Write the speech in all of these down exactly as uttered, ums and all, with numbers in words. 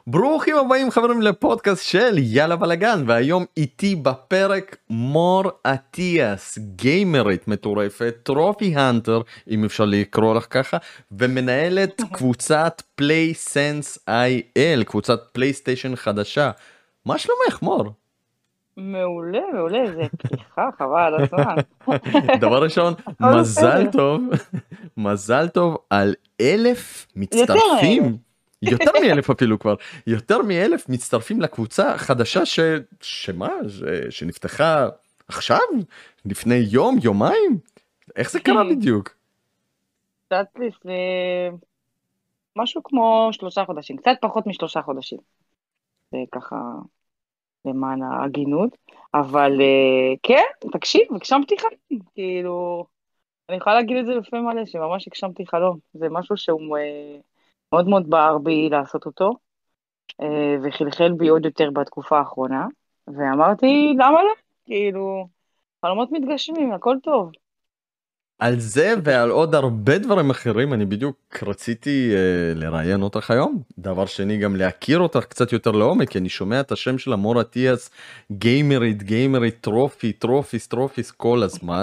ברוכים הבאים חברים לפודקאסט של יאללה בלגן, והיום איתי בפרק מור אטיאס, גיימרית מטורפת, טרופי הנטר אם אפשר לקרוא לך ככה, ומנהלת קבוצת פלייסנס איי אל, קבוצת פלייסטיישן חדשה. מה שלומך מור? מעולה, מעולה, זה פתיחה, חבל על הזמן. דבר ראשון, מזל טוב, מזל טוב על אלף מצטרפים. יותר מאלף אפילו כבר, יותר מאלף מצטרפים לקבוצה חדשה ש... שמה? ש... שנפתחה עכשיו? לפני יום, יומיים? איך זה קרה בדיוק? קצת לפני משהו כמו שלושה חודשים, קצת פחות משלושה חודשים. זה ככה למען ההגינות, אבל כן, תקשיב, הגשמתי חלום, כאילו, אני יכולה להגיד את זה בפה מלא, שממש הגשמתי חלום, זה משהו שהוא מאוד מאוד בער בי לעשות אותו, וחלחל בי עוד יותר בתקופה האחרונה, ואמרתי, למה לא? כאילו, חלומות מתגשמים, הכל טוב. על זה ועל עוד הרבה דברים אחרים אני בדיוק רציתי uh, לראיין אותך היום. דבר שני, גם להכיר אותך קצת יותר לעומק, כי אני שומע את השם של מור אטיאס, גיימרית, גיימרית, טרופי, טרופיס, טרופיס כל הזמן.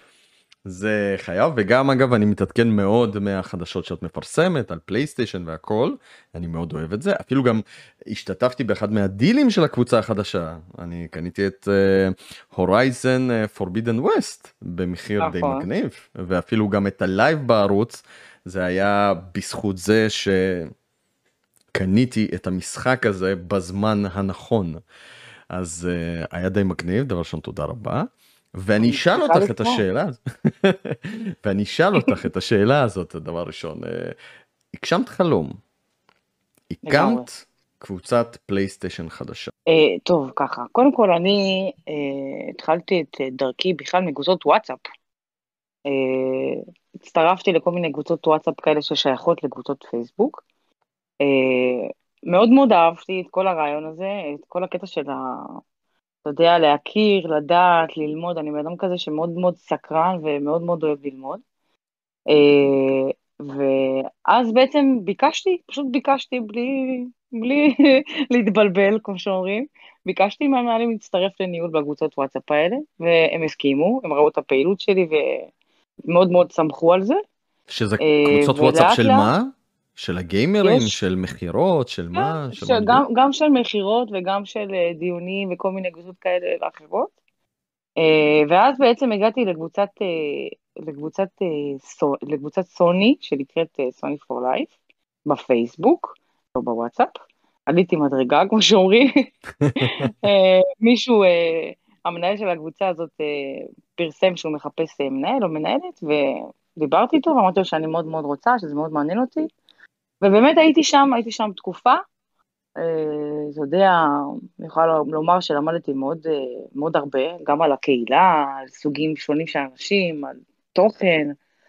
זה חייב, וגם אגב אני מתעדכן מאוד מהחדשות שאת מפרסמת על פלייסטיישן והכל, אני מאוד אוהב את זה, אפילו גם השתתפתי באחד מהדילים של הקבוצה החדשה, אני קניתי את הורייזן פורבידן ווסט במחיר די מגניב, ואפילו גם את הלייב בערוץ, זה היה בזכות זה שקניתי את המשחק הזה בזמן הנכון, אז uh, היה די מגניב, דבר ראשון תודה רבה. ואני אשאל אותך את השאלה, ואני אשאל אותך את השאלה הזאת, הדבר ראשון, הגשמת חלום, הקמת קבוצת פלייסטיישן חדשה. טוב, ככה, קודם כל אני התחלתי את דרכי בכלל מקבוצות וואטסאפ, הצטרפתי לכל מיני קבוצות וואטסאפ כאלה ששייכות לקבוצות פייסבוק, מאוד מאוד אהבתי את כל הרעיון הזה, את כל הקטע של ה... אתה יודע, להכיר, לדעת, ללמוד, אני מאדם כזה שמאוד מאוד סקרן ומאוד מאוד אוהב ללמוד. ואז בעצם ביקשתי, פשוט ביקשתי בלי, בלי להתבלבל, כמו שאומרים, ביקשתי מהמנהלים להצטרף לניהול בקבוצות וואטסאפ האלה, והם הסכימו, הם ראו את הפעילות שלי ומאוד מאוד שמחו על זה. שזה קבוצות וואטסאפ של מה? של הגיימרים, של מחירות, של מה? גם של מחירות וגם של דיונים וכל מיני קבוצות כאלה ואחרות. ואז בעצם הגעתי לקבוצת, לקבוצת, לקבוצת סוני, שנקראת סוני פור לייף, בפייסבוק, לא בוואטסאפ. עליתי מדרגה, כמו שאומרים. מישהו, המנהל של הקבוצה הזאת, פרסם שהוא מחפש מנהל או מנהלת, ודיברתי איתו, ואמרתי לו שאני מאוד מאוד רוצה, שזה מאוד מעניין אותי. ובאמת הייתי שם, הייתי שם תקופה, אתה יודע, אני יכולה לומר שלמדתי מאוד, מאוד הרבה, גם על הקהילה, על סוגים שונים של אנשים, על תוכן,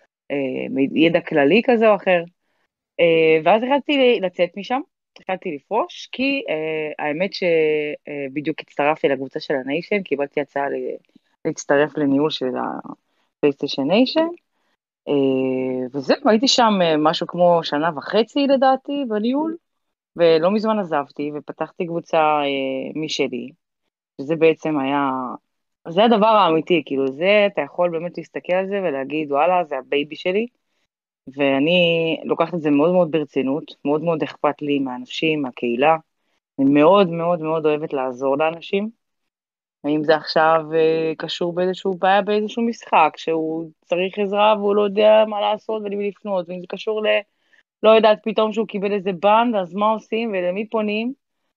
ידע כללי כזה או אחר, ואז החלטתי לצאת משם, החלטתי לפרוש, כי האמת שבדיוק הצטרפתי לקבוצה של הניישן, קיבלתי הצעה להצטרף לניהול של הפלייסטיישן ניישן, וזהו, הייתי שם משהו כמו שנה וחצי לדעתי בניהול, ולא מזמן עזבתי ופתחתי קבוצה משלי, שזה בעצם היה, זה הדבר האמיתי, כאילו זה, אתה יכול באמת להסתכל על זה ולהגיד, וואלה, זה הבייבי שלי, ואני לוקחת את זה מאוד מאוד ברצינות, מאוד מאוד אכפת לי מהאנשים, מהקהילה, אני מאוד מאוד מאוד אוהבת לעזור לאנשים, האם זה עכשיו קשור באיזשהו בעיה, באיזשהו משחק, שהוא צריך עזרה והוא לא יודע מה לעשות ולמי לפנות, ואם זה קשור ל... לא יודעת פתאום שהוא קיבל איזה בנד, אז מה עושים ולמי פונים,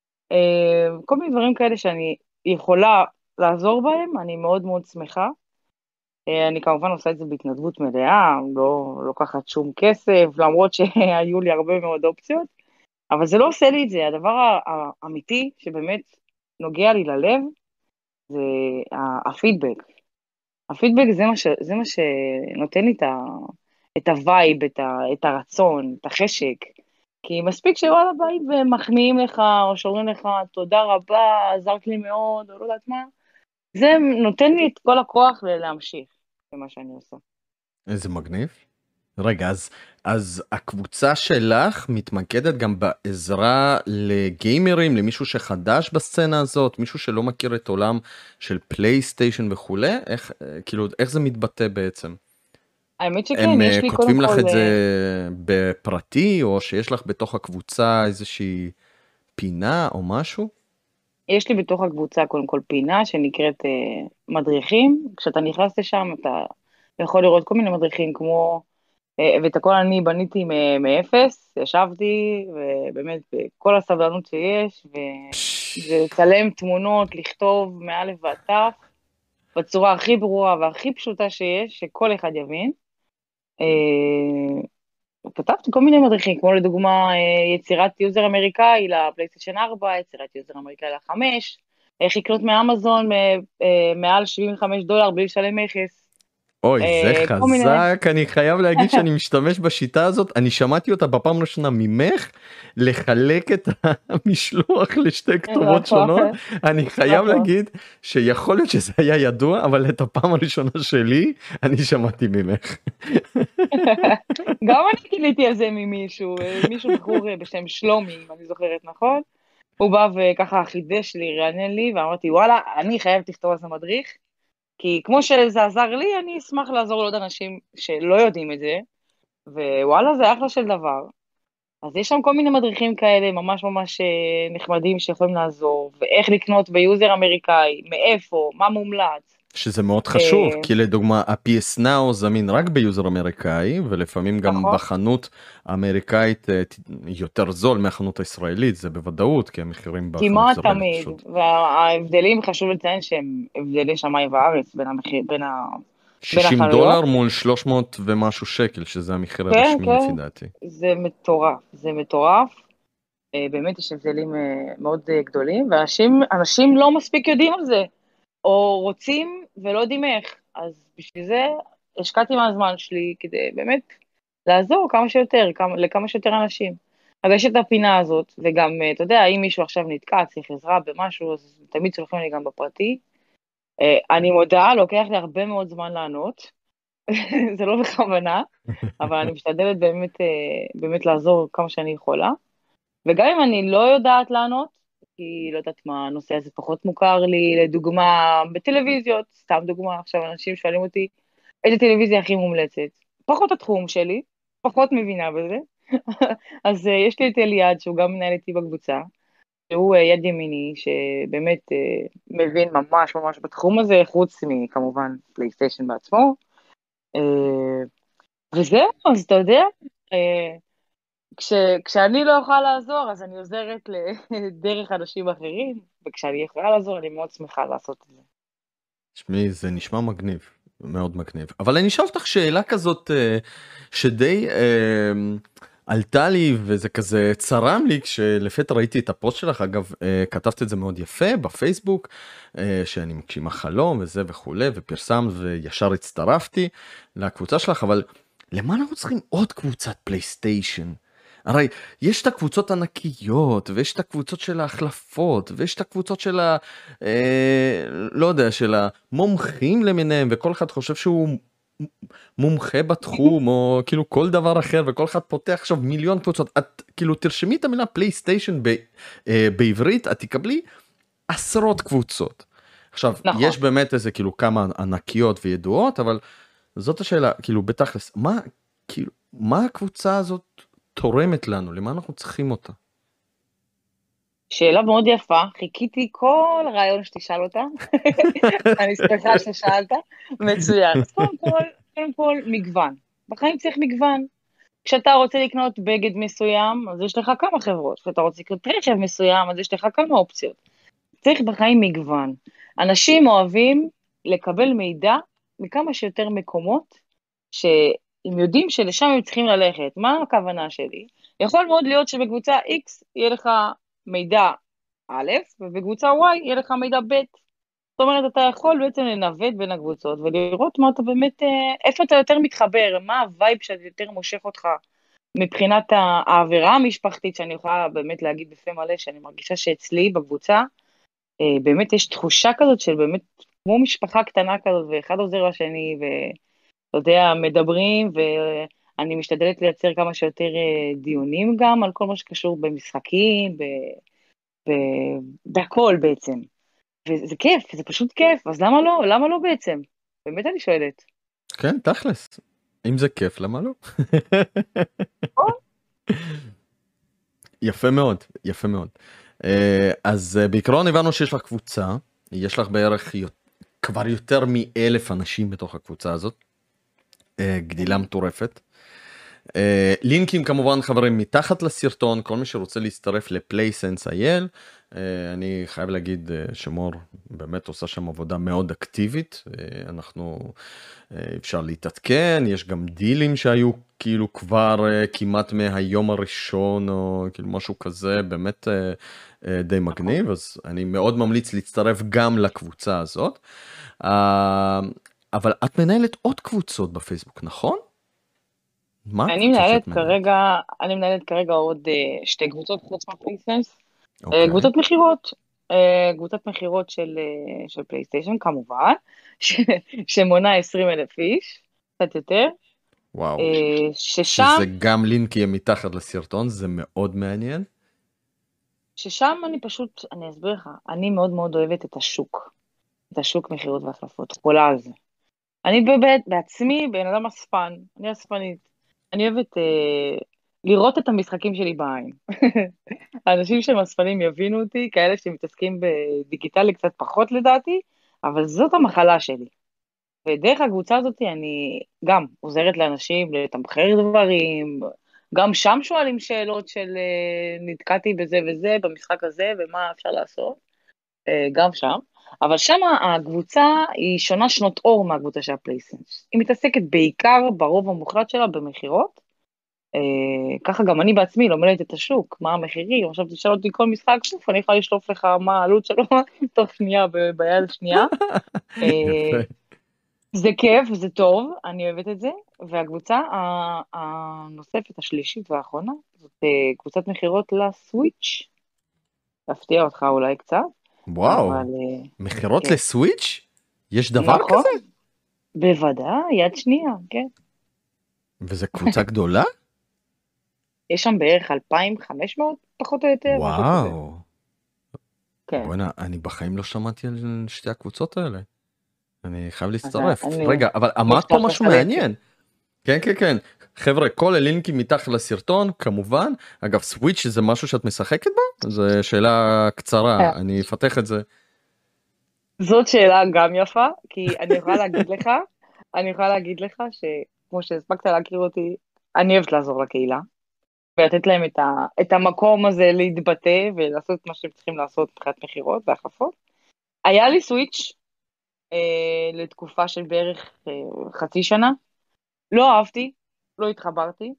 כל מיני דברים כאלה שאני יכולה לעזור בהם, אני מאוד מאוד שמחה, אני כמובן עושה את זה בהתנדבות מלאה, לא לוקחת שום כסף, למרות שהיו לי הרבה מאוד אופציות, אבל זה לא עושה לי את זה, הדבר האמיתי שבאמת נוגע לי ללב, זה הפידבק. הפידבק זה מה, ש, זה מה שנותן לי את, ה, את הווייב, את, ה, את הרצון, את החשק. כי מספיק שוואלה באים ומחמיאים לך, או שאומרים לך, תודה רבה, עזרת לי מאוד, או לא יודעת מה. זה נותן לי את כל הכוח להמשיך במה שאני עושה. איזה מגניב. רגע, אז, אז הקבוצה שלך מתמקדת גם בעזרה לגיימרים, למישהו שחדש בסצנה הזאת, מישהו שלא מכיר את עולם של פלייסטיישן וכולי? איך, אה, כאילו, איך זה מתבטא בעצם? האמת הם שכן, אה, יש לי קודם כותבים לך כל, את זה אה, בפרטי, או שיש לך בתוך הקבוצה איזושהי פינה או משהו? יש לי בתוך הקבוצה קודם כל פינה שנקראת אה, מדריכים. כשאתה נכנס לשם אתה יכול לראות כל מיני מדריכים כמו, אה, ואת הכל אני בניתי מ- מאפס, ישבתי, ובאמת בכל הסבלנות שיש, פש, ולצלם תמונות, לכתוב מאלף ועד תף, בצורה הכי ברורה והכי פשוטה שיש, שכל אחד יבין. אה, כתבתי כל מיני מדריכים, כמו לדוגמה אה, יצירת יוזר אמריקאי לפלייסטיישן ארבע, יצירת יוזר אמריקאי לחמש, איך לקנות מאמזון אה, אה, מעל שבעים וחמישה דולר בלי לשלם מכס, אוי, זה אה, כל מיני, חזק, אני חייב להגיד שאני משתמש בשיטה הזאת, אני שמעתי אותה בפעם ראשונה ממך, לחלק את המשלוח לשתי כתובות נכון, שונות, אני חייב נכון. להגיד שיכול להיות שזה היה ידוע, אבל את הפעם הראשונה שלי, אני שמעתי ממך. גם אני גיליתי על זה ממישהו, אה, מישהו בחור אה, בשם שלומי, אם אני זוכרת נכון, הוא בא וככה חידש לי, רענן לי, ואמרתי וואלה, אני חייבת לכתוב על זה מדריך, כי כמו שזה עזר לי, אני אשמח לעזור לעוד אנשים שלא יודעים את זה, ווואלה, זה אחלה של דבר. אז יש שם כל מיני מדריכים כאלה, ממש ממש אה, נחמדים שיכולים לעזור, ואיך לקנות ביוזר אמריקאי, מאיפה, מה מומלץ. שזה מאוד חשוב, אה, כי לדוגמה ה-פי אס Now זמין רק ביוזר אמריקאי, ולפעמים גם נכון, בחנות האמריקאית אה, ת- יותר זול מהחנות הישראלית, זה בוודאות, כי המחירים בחנות כמעט ישראלית תמיד, פשוט וההבדלים, חשוב לציין שהם הבדלי שמיים וארץ בין המחיר, בין ה... בין שישים החנויות. דולר מול שלוש מאות ומשהו שקל, שזה המחיר כן, הרשמי כן, לפי דעתי. זה מטורף, זה מטורף. אה, באמת יש הבדלים אה, מאוד אה, גדולים, ואנשים אנשים לא מספיק יודעים על זה. או רוצים ולא יודעים איך. אז בשביל זה השקעתי מהזמן שלי כדי באמת לעזור כמה שיותר, כמה, לכמה שיותר אנשים. אז יש את הפינה הזאת, וגם, אה, אתה יודע, אם מישהו עכשיו נתקע, צריך עזרה במשהו, אז תמיד שולחים לי גם בפרטי. אה, אני מודה, לוקח לי הרבה מאוד זמן לענות, זה לא בכוונה, אבל אני משתדלת באמת, אה, באמת לעזור כמה שאני יכולה. וגם אם אני לא יודעת לענות, כי לא יודעת מה, הנושא הזה פחות מוכר לי, לדוגמה, בטלוויזיות, סתם דוגמה, עכשיו אנשים שואלים אותי, איזה טלוויזיה הכי מומלצת? פחות התחום שלי, פחות מבינה בזה. אז uh, יש לי את אליעד, שהוא גם מנהל איתי בקבוצה, שהוא uh, יד ימיני, שבאמת uh, מבין ממש ממש בתחום הזה, חוץ מכמובן פלייסטיישן בעצמו. Uh, וזהו, אז אתה יודע, uh, כש, כשאני לא יכולה לעזור, אז אני עוזרת לדרך אנשים אחרים, וכשאני יכולה לעזור, אני מאוד שמחה לעשות את זה. תשמעי, זה נשמע מגניב, מאוד מגניב. אבל אני אשאל אותך שאלה כזאת אה, שדי אה, עלתה לי וזה כזה צרם לי כשלפתע ראיתי את הפוסט שלך, אגב אה, כתבת את זה מאוד יפה בפייסבוק, אה, שאני מגשימה חלום וזה וכולי, ופרסמת וישר הצטרפתי לקבוצה שלך, אבל למה אנחנו צריכים עוד קבוצת פלייסטיישן? הרי יש את הקבוצות הענקיות, ויש את הקבוצות של ההחלפות, ויש את הקבוצות של ה... אה, לא יודע, של המומחים למיניהם, וכל אחד חושב שהוא מומחה בתחום, או כאילו כל דבר אחר, וכל אחד פותח עכשיו מיליון קבוצות. את כאילו תרשמי את המילה פלייסטיישן ב, אה, בעברית, את תקבלי עשרות קבוצות. עכשיו, נכון. יש באמת איזה כאילו כמה ענקיות וידועות, אבל זאת השאלה, כאילו בתכלס, מה, כאילו, מה הקבוצה הזאת תורמת לנו? למה אנחנו צריכים אותה? שאלה מאוד יפה, חיכיתי כל רעיון שתשאל אותה, אני שמחה ששאלת, מצוין. אז קודם כל, קודם כל, מגוון. בחיים צריך מגוון. כשאתה רוצה לקנות בגד מסוים, אז יש לך כמה חברות. כשאתה רוצה לקנות רכב מסוים, אז יש לך כמה אופציות. צריך בחיים מגוון. אנשים אוהבים לקבל מידע מכמה שיותר מקומות, שהם יודעים שלשם הם צריכים ללכת. מה הכוונה שלי? יכול מאוד להיות שבקבוצה X יהיה לך מידע א', ובקבוצה Y יהיה לך מידע ב'. זאת אומרת, אתה יכול בעצם לנווט בין הקבוצות ולראות מה אתה באמת, אה, איפה אתה יותר מתחבר, מה הווייב שיותר מושך אותך מבחינת ה- העבירה המשפחתית, שאני יכולה באמת להגיד בפה מלא, שאני מרגישה שאצלי בקבוצה, אה, באמת יש תחושה כזאת של באמת כמו משפחה קטנה כזאת, ואחד עוזר לשני, ואתה יודע, מדברים, אני משתדלת לייצר כמה שיותר אה, דיונים גם על כל מה שקשור במשחקים, ב, ב, בהכל בעצם. וזה כיף, זה פשוט כיף, אז למה לא? למה לא בעצם? באמת אני שואלת. כן, תכלס. אם זה כיף, למה לא? נכון? יפה מאוד, יפה מאוד. אה, אז אה, בעיקרון הבנו שיש לך קבוצה, יש לך בערך יו- כבר יותר מאלף אנשים בתוך הקבוצה הזאת, אה, גדילה מטורפת. אה, לינקים כמובן חברים מתחת לסרטון, כל מי שרוצה להצטרף לפלייסנס אייל, אני חייב להגיד אה, שמור באמת עושה שם עבודה מאוד אקטיבית, אה, אנחנו אה, אפשר להתעדכן, יש גם דילים שהיו כאילו כבר אה, כמעט מהיום הראשון או כאילו משהו כזה, באמת אה, אה, די מגניב, אז אני מאוד ממליץ להצטרף גם לקבוצה הזאת. אה, אבל את מנהלת עוד קבוצות בפייסבוק, נכון? מה אני הקבוצה מנהלת שאת מנהלת? כרגע, אני מנהלת כרגע עוד אה, שתי קבוצות חוץ מהפלייסנס. אה, אוקיי, קבוצת מכירות, אה, קבוצת מכירות של, אה, של פלייסטיישן כמובן, ש, שמונה עשרים אלף איש, קצת יותר, וואו. אה, ששם, שזה גם לינק יהיה מתחת לסרטון, זה מאוד מעניין. ששם אני פשוט, אני אסביר לך, אני מאוד מאוד אוהבת את השוק, את השוק מכירות והחלפות, חולה על זה. אני באמת בעצמי בן אדם אספן, אני אספנית, אני אוהבת אה, לראות את המשחקים שלי בעין. האנשים שהם אספנים יבינו אותי, כאלה שמתעסקים בדיגיטלי קצת פחות לדעתי, אבל זאת המחלה שלי. ודרך הקבוצה הזאת אני גם עוזרת לאנשים לתמחר דברים, גם שם שואלים שאלות של אה, נתקעתי בזה וזה, במשחק הזה, ומה אפשר לעשות, אה, גם שם. אבל שם הקבוצה היא שונה שנות אור מהקבוצה של הפלייסנס. היא מתעסקת בעיקר, ברוב המוחלט שלה, במכירות, אה, ככה גם אני בעצמי לומדת את השוק, מה המחירים, עכשיו תשאל אותי כל משחק, שוב, אני יכולה לשלוף לך מה העלות שלו תוך שנייה ב- ביד השנייה. יפה. אה, זה כיף, זה טוב, אני אוהבת את זה, והקבוצה ה- הנוספת, השלישית והאחרונה, זאת אה, קבוצת מכירות לסוויץ', להפתיע אותך אולי קצת, וואו, אבל אה, מכירות כן, לסוויץ'? יש דבר נכון, כזה? בוודאי, יד שנייה, כן. וזה קבוצה גדולה? יש שם בערך אלפיים וחמש מאות פחות או יותר, משהו כזה, וואו. כן. בוא'נה, אני בחיים לא שמעתי על שתי הקבוצות האלה. אני חייב אז להצטרף. אני, רגע, אבל אני אמרת פה אפתח משהו לך לינק. מעניין. כן, כן, כן. חבר'ה, כל הלינקים מתחת לסרטון, כמובן. אגב, סוויץ' זה משהו שאת משחקת בו? זו שאלה קצרה, אני אפתח את זה. זאת שאלה גם יפה, כי אני יכולה להגיד לך, אני יכולה להגיד לך שכמו שהספקת להכיר אותי, אני אוהבת לעזור לקהילה, ולתת להם את, ה, את המקום הזה להתבטא ולעשות את מה שהם צריכים לעשות מבחינת מכירות והחלפות. היה לי סוויץ' אה, לתקופה של בערך אה, חצי שנה, לא אהבתי, לא התחברתי,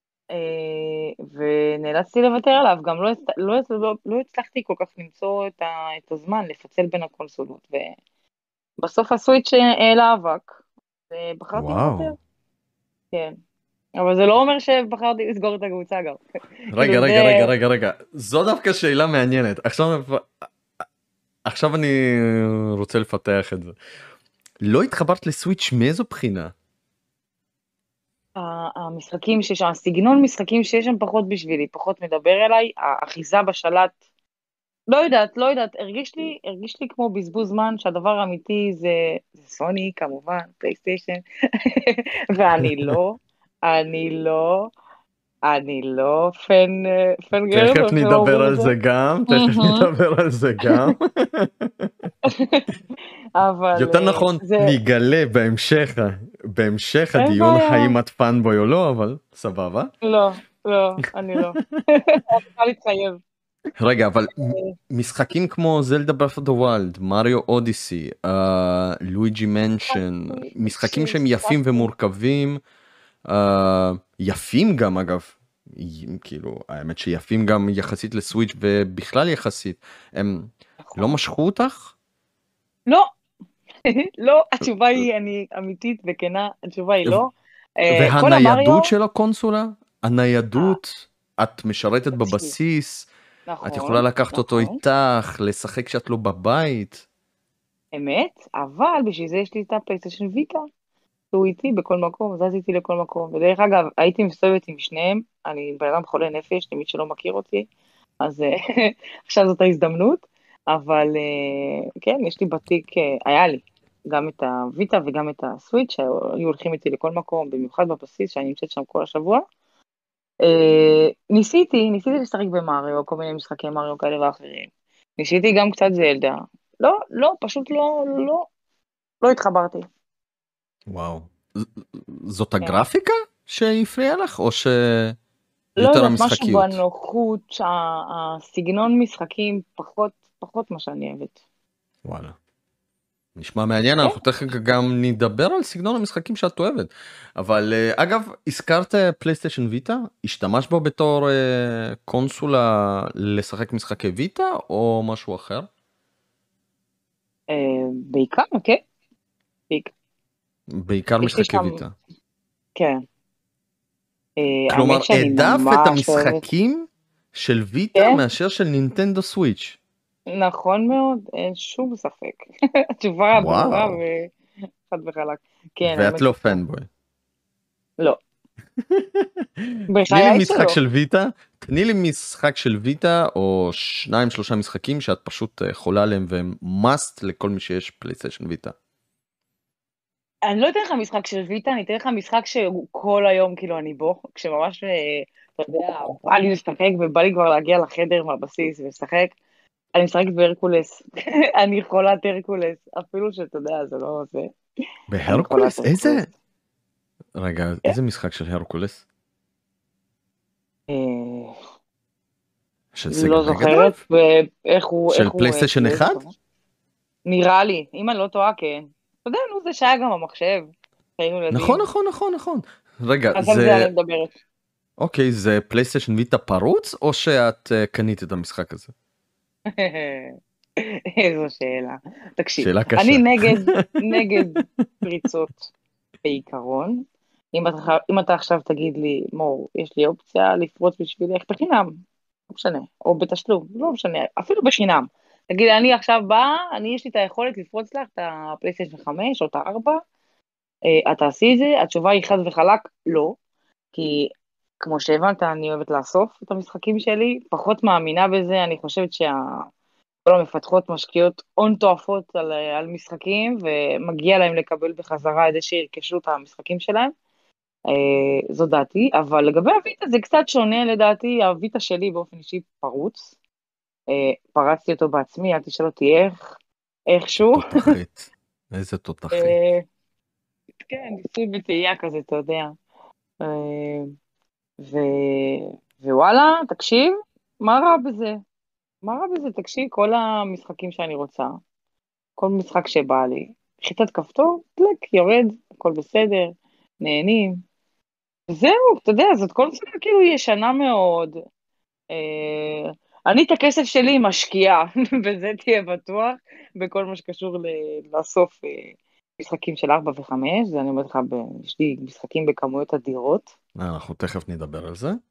אה, ונאלצתי לוותר עליו, גם לא, הצ- לא, לא, לא הצלחתי כל כך למצוא את, ה, את הזמן לפצל בין הקונסולות, ובסוף הסוויץ' העלה אבק, ובחרתי וואו. לוותר, כן. אבל זה לא אומר שבחרתי לסגור את הקבוצה גם. רגע, כאילו רגע, רגע, זה... רגע, רגע. זו דווקא שאלה מעניינת. עכשיו, עכשיו אני רוצה לפתח את זה. לא התחברת לסוויץ' מאיזו בחינה? ה- המשחקים שיש שם, הסגנון משחקים שיש שם פחות בשבילי, פחות מדבר אליי, האחיזה בשלט, לא יודעת, לא יודעת, הרגיש לי, הרגיש לי כמו בזבוז זמן, שהדבר האמיתי זה, זה סוני, כמובן, פלייסטיישן, ואני לא, אני לא, אני לא פן, פן גרל, תכף איך שלא נדבר אומרים על את זה. זה גם, תכף מהמם. נדבר על זה גם. אבל יותר אה, נכון, זה, נגלה בהמשך, בהמשך אין הדיון בעיה, האם את פאנבוי או לא, אבל סבבה. לא, לא, אני לא. אני צריכה להתחייב. רגע, אבל משחקים כמו זלדה ברף אוף דה ווילד, מריו אודיסי, לואיג'י מנשן, שיחקתי, משחקים תקשיב, שהם יפים שיחקתי. ומורכבים, אה, יפים גם אגב, כאילו האמת שיפים גם יחסית לסוויץ' ובכלל יחסית, הם לא נכון. משכו אותך? לא, לא, התשובה היא, אני אמיתית וכנה, התשובה היא לא. אה, כל והניידות המריו, של הקונסולה, אה, הניידות, את משרתת תקשיב, בבסיס, את יכולה נכון, לקחת אותו נכון, איתך, לשחק כשאת לא בבית. אמת, אבל בשביל זה יש לי את הפלייסטיישן ויטה, שהוא איתי בכל מקום, זז איתי לכל מקום. ודרך אגב, הייתי מסתובבת עם שניהם, אני בן אדם חולה נפש, למי שלא מכיר אותי, אז אה, עכשיו זאת ההזדמנות, אבל אה, כן, יש לי בתיק, אה, היה לי גם את הויטה וגם את הסוויץ' שהיו הולכים איתי לכל מקום, במיוחד בבסיס, שאני נמצאת שם כל השבוע. אה, ניסיתי, ניסיתי לשחק במריו, כל מיני משחקי מריו כאלה ואחרים. ניסיתי גם קצת זלדה. לא, לא, פשוט לא, לא, לא התחברתי. וואו. ז- זאת כן. הגרפיקה שהפריעה לך, או לא שיותר יודעת, משהו המשחקיות? בנוחות, ה- הסגנון משחקים פחות, פחות מה שאני אוהבת. וואלה. נשמע מעניין, כן, אנחנו תכף גם נדבר על סגנון המשחקים שאת אוהבת. אבל אה, אגב, הזכרת אה, פלייסטיישן ויטה? השתמש בו בתור אה, קונסולה לשחק משחקי ויטה או משהו אחר? אה, בעיקר, כן, בעיקר. בעיקר יש לי משחקי שם, ויטה. כן, אה, כלומר, האמת שאני העדף את ממש אוהבת, המשחקים של ויטה כן, מאשר של נינטנדו סוויץ'. נכון מאוד, אין שום ספק. התשובה ברורה וואו. וחד וחלק. כן, ואת האמת לא שכן. פנבוי. לא, תני לי בחיי משחק שלא. של ויטה, תני לי משחק של ויטה או שניים שלושה משחקים שאת פשוט אה, חולה עליהם והם must לכל מי שיש פלייסטיישן ויטה. אני לא אתן לך משחק של ויטה, אני אתן לך משחק שהוא כל היום, כאילו, אני בו, כשממש, אה, אתה יודע, בא לי לשחק ובא לי כבר להגיע לחדר מהבסיס ולשחק. אני משחקת בהרקולס, אני חולת הרקולס, אפילו שאתה יודע, זה לא זה, אני חולת בהרקולס? איזה? הרקולס. רגע, כן. איזה משחק של הרקולס? אה, של סגה לא מגה זוכרת, דרייב? ואיך הוא, איך של הוא, אה, פלייסטיישן כאילו, יש אחד? אותו. נראה לי, אם אני לא טועה, כן. אתה יודע, נו, זה שהיה גם במחשב, היינו נכון, ילדים, נכון, נכון, נכון. רגע, אז על זה זה... אני מדברת. אוקיי, זה פלייסטיישן ויטה פרוץ או שאת אה, קנית את המשחק הזה? איזו שאלה. תקשיב, שאלה אני קשה. נגד, נגד פריצות בעיקרון. אם אתה, אם אתה עכשיו תגיד לי, מור, יש לי אופציה לפרוץ בשבילך בחינם, לא משנה, או בתשלום, לא משנה, אפילו בחינם. תגיד, אני עכשיו באה, אני יש לי את היכולת לפרוץ לך את הפלייסטיישן חמש או את ה-ארבע, את תעשי את זה, התשובה היא חד וחלק, לא, כי כמו שהבנת, אני אוהבת לאסוף את המשחקים שלי, פחות מאמינה בזה, אני חושבת שה... כל המפתחות משקיעות הון תועפות על, על משחקים, ומגיע להם לקבל בחזרה את זה שירכשו את המשחקים שלהם. אה, זו דעתי, אבל לגבי הויטה זה קצת שונה לדעתי, הויטה שלי באופן אישי פרוץ. אה, פרצתי אותו בעצמי, אל תשאל אותי איך, איכשהו. תותחית. איזה תותחית. אה, כן, ניסוי וטעייה כזה, אתה יודע. אה, ו... ווואלה, תקשיב, מה רע בזה? מה רע בזה? תקשיב, כל המשחקים שאני רוצה. כל משחק שבא לי, לחיצת כפתור, קלק, יורד, הכל בסדר, נהנים. זהו, אתה יודע, זאת כל משחק כאילו ישנה מאוד. אה, אני את הכסף שלי משקיעה, בזה תהיה בטוח, בכל מה שקשור ל- לאסוף אה, משחקים של ארבע וחמש, זה אני אומרת לך, ב- יש לי משחקים בכמויות אדירות, אה, אנחנו תכף נדבר על זה.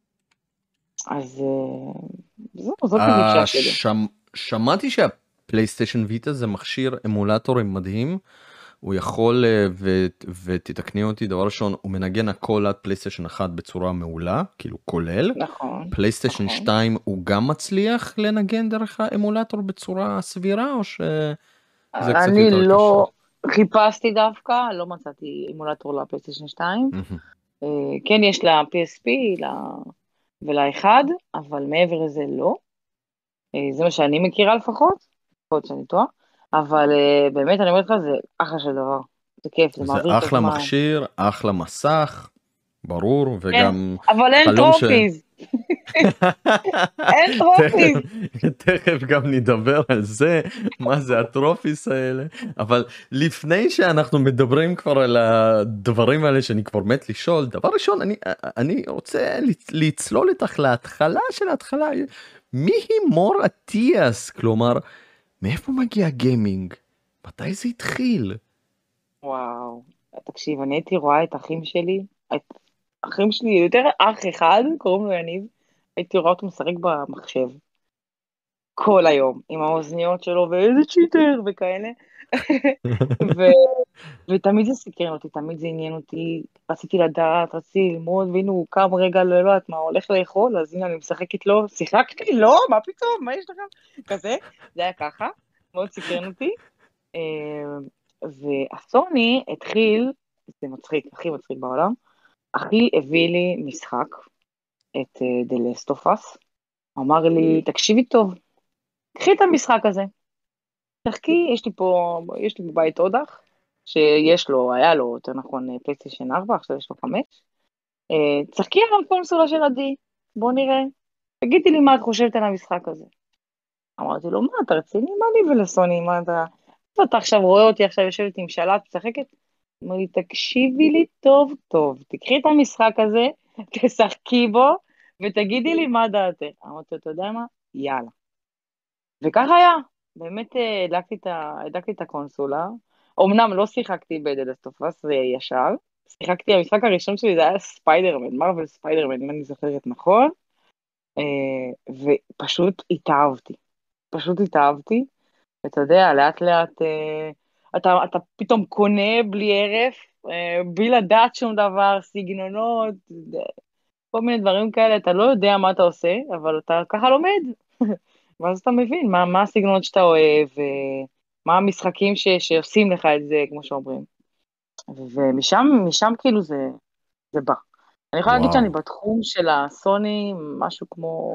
אז אה, זהו, זאת אה, הגישה שלי. שמ- שמעתי שהפלייסטיישן ויטה זה מכשיר אמולטורים מדהים. הוא יכול, אה, ו- ותתקני אותי, דבר ראשון, הוא מנגן הכל עד פלייסטיישן אחד בצורה מעולה, כאילו כולל. נכון, פלייסטיישן נכון. שתיים הוא גם מצליח לנגן דרך האמולטור בצורה סבירה, או שזה קצת אני יותר קשה? לא חיפשתי דווקא, לא מצאתי אימולטור לפלייסטיישן שתיים. מהמם. אה, כן, יש לה פי אס פי ול-אחד, אבל מעבר לזה לא. אה, זה מה שאני מכירה לפחות, יכול להיות שאני טועה. אבל אה, באמת, אני אומרת לך, זה אחלה של דבר. זה כיף, זה זה מעביר את אחלה הזמן. מכשיר, אחלה מסך, ברור, כן, וגם אבל אין חלום ש... טרופיז, אין תכף, טרופיז. תכף גם נדבר על זה, מה זה הטרופיס האלה, אבל לפני שאנחנו מדברים כבר על הדברים האלה שאני כבר מת לשאול, דבר ראשון, אני, אני רוצה לצלול איתך להתחלה של ההתחלה, מי היא מור אטיאס? כלומר, מאיפה מגיע גיימינג? מתי זה התחיל? וואו, תקשיב, אני הייתי רואה את אחים שלי, את אחים שלי, יותר אח אחד, קוראים לו יניב, הייתי רואה אותו משחק במחשב. כל היום, עם האוזניות שלו, ואיזה צ'יטר, וכאלה. ו... ותמיד זה סקרן אותי, תמיד זה עניין אותי, רציתי לדעת, רציתי ללמוד, והנה הוא קם רגע, לא יודעת מה, הולך לאכול, אז הנה אני משחקת לו, שיחקתי? לא, מה פתאום, מה יש לכם? כזה, זה היה ככה, מאוד סקרן אותי. אה, והסוני התחיל, זה מצחיק, הכי מצחיק בעולם, אחי הביא לי משחק, את uh, The Last of Us, אמר לי, תקשיבי טוב, קחי את המשחק הזה, תחכי, יש לי פה, יש לי בבית עוד אח, שיש לו, היה לו, יותר נכון, פלייסטיישן ארבע, עכשיו יש לו חמש, אה, תשחקי על הקונסולה של עדי, בוא נראה, תגידי לי מה את חושבת על המשחק הזה. אמרתי לו, מה, אתה רציני? מה לי ולסוני, מה אתה... אתה עכשיו רואה אותי עכשיו יושבת עם שלט, משחקת? אמר לי, תקשיבי לי טוב טוב, תקחי את המשחק הזה, תשחקי בו, ותגידי לי מה דעתך. אמרתי לו, אתה יודע מה? יאללה. וכך היה, באמת אה, הדלקתי את ה- הדלקתי את הקונסולה, אמנם לא שיחקתי בדלסטופס ישר, שיחקתי, המשחק הראשון שלי זה היה ספיידרמן, מרוויל ספיידרמן, אם אני זוכרת נכון, אה, ופשוט התאהבתי, פשוט התאהבתי, ואתה יודע, לאט לאט אה, אתה, אתה פתאום קונה בלי הרף, אה, בלי לדעת שום דבר, סגנונות, כל מיני דברים כאלה, אתה לא יודע מה אתה עושה, אבל אתה ככה לומד. ואז אתה מבין מה, מה הסגנונות שאתה אוהב, ומה המשחקים ש, שעושים לך את זה, כמו שאומרים. ומשם, משם כאילו זה, זה בא. אני יכולה להגיד שאני וואו. בתחום של הסוני משהו כמו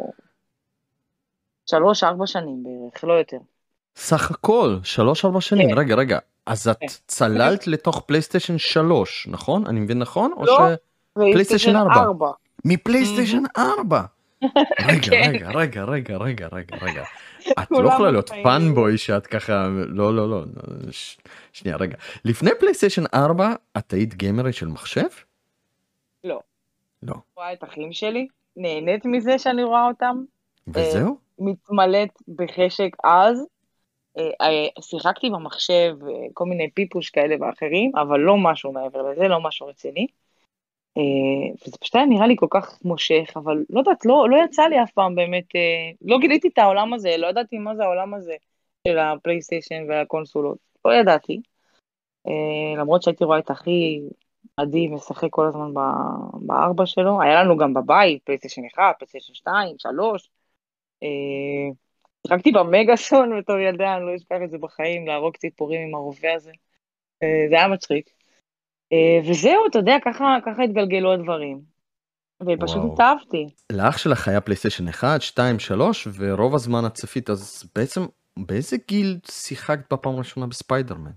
שלוש, ארבע שנים בערך, לא יותר. סך הכל שלוש ארבע שנים. כן, רגע רגע, אז את כן. צללת לתוך פלייסטיישן שלוש, נכון? אני מבין נכון? או לא, שפלייסטיישן פלייסטיישן ארבע? ארבע. מפלייסטיישן מהמם. ארבע. רגע כן, רגע רגע רגע רגע רגע רגע, את לא כולם יכולה להיות בחיים בזה. פאנבוי שאת ככה, לא לא לא, ש... שנייה רגע, לפני פלייסטיישן ארבע את היית גיימרית של מחשב? לא, לא. רואה את אחים שלי, נהנית מזה שאני רואה אותם, אה, וזהו? מתמלאת בחשק עז, אה, אה, שיחקתי במחשב, אה, כל מיני פיפוש כאלה ואחרים, אבל לא משהו מעבר לזה, לא משהו רציני. אה, וזה פשוט היה נראה לי כל כך מושך, אבל לא יודעת, לא, לא יצא לי אף פעם באמת, אה, לא גיליתי את העולם הזה, לא ידעתי מה זה העולם הזה של הפלייסטיישן והקונסולות, לא ידעתי. אה, למרות שהייתי רואה את אחי עדי משחק כל הזמן ב- בארבע שלו, היה לנו גם בבית פלייסטיישן אחד, פלייסטיישן שתיים, שלוש, אה, שיחקתי במגאסון בתור ילדה, אני לא אשכח את זה בחיים, להרוג ציפורים עם הרובה הזה. אה, זה היה מצחיק. אה, וזהו, אתה יודע, ככה, ככה התגלגלו הדברים. ופשוט וואו. התאהבתי. לאח שלך היה פלייסטיישן אחד, שתיים, שלוש, ורוב הזמן את צפית, אז בעצם באיזה גיל שיחקת בפעם הראשונה בספיידרמן?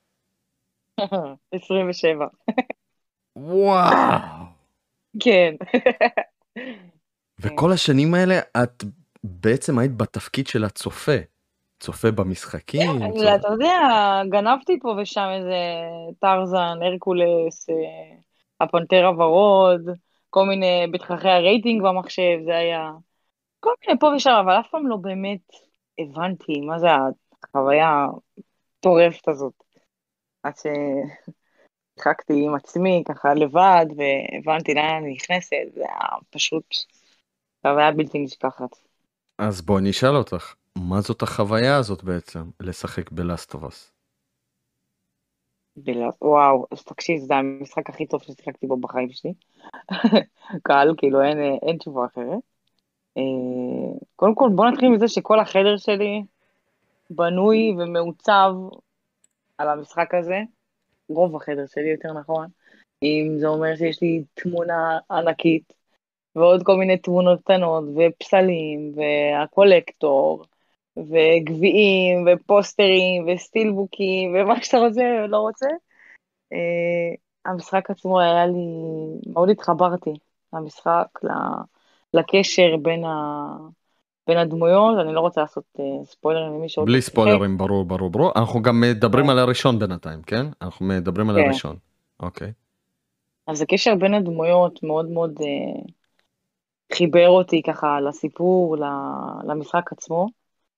עשרים ושבע. וואו. כן. וכל השנים האלה את בעצם היית בתפקיד של הצופה, צופה במשחקים, צופה... אתה יודע, גנבתי פה ושם איזה טרזן, הרקולס, אה, הפנתר הוורוד, כל מיני בתככי הרייטינג במחשב, זה היה כל מיני פה ושם, אבל אף פעם לא באמת הבנתי מה זה החוויה הטורפת הזאת. עד ששיחקתי עם עצמי ככה לבד, והבנתי לאן אני נכנסת, זה היה פשוט חוויה בלתי נשכחת. אז בואי נשאל אותך, מה זאת החוויה הזאת בעצם, לשחק בלאסטובס? בלה- וואו, אז תקשיב, זה המשחק הכי טוב ששיחקתי בו בחיים שלי. קל, כאילו אין, אין תשובה אחרת. אה, קודם כל, בוא נתחיל מזה שכל החדר שלי בנוי ומעוצב על המשחק הזה. רוב החדר שלי, יותר נכון. אם זה אומר שיש לי תמונה ענקית, ועוד כל מיני תמונות קטנות, ופסלים, והקולקטור, וגביעים, ופוסטרים, וסטילבוקים, ומה שאתה רוצה ולא רוצה. אה, המשחק עצמו היה לי, מאוד התחברתי למשחק, ל- לקשר בין, ה, בין הדמויות, אני לא רוצה לעשות אה, ספוילרים למי שעוד לא בלי שיחק. ספוילרים, ברור, ברור, ברור. אנחנו גם מדברים כן, על הראשון בינתיים, כן? אנחנו מדברים על כן. הראשון. אוקיי. אז הקשר בין הדמויות מאוד מאוד אה, חיבר אותי ככה לסיפור, ל- למשחק עצמו,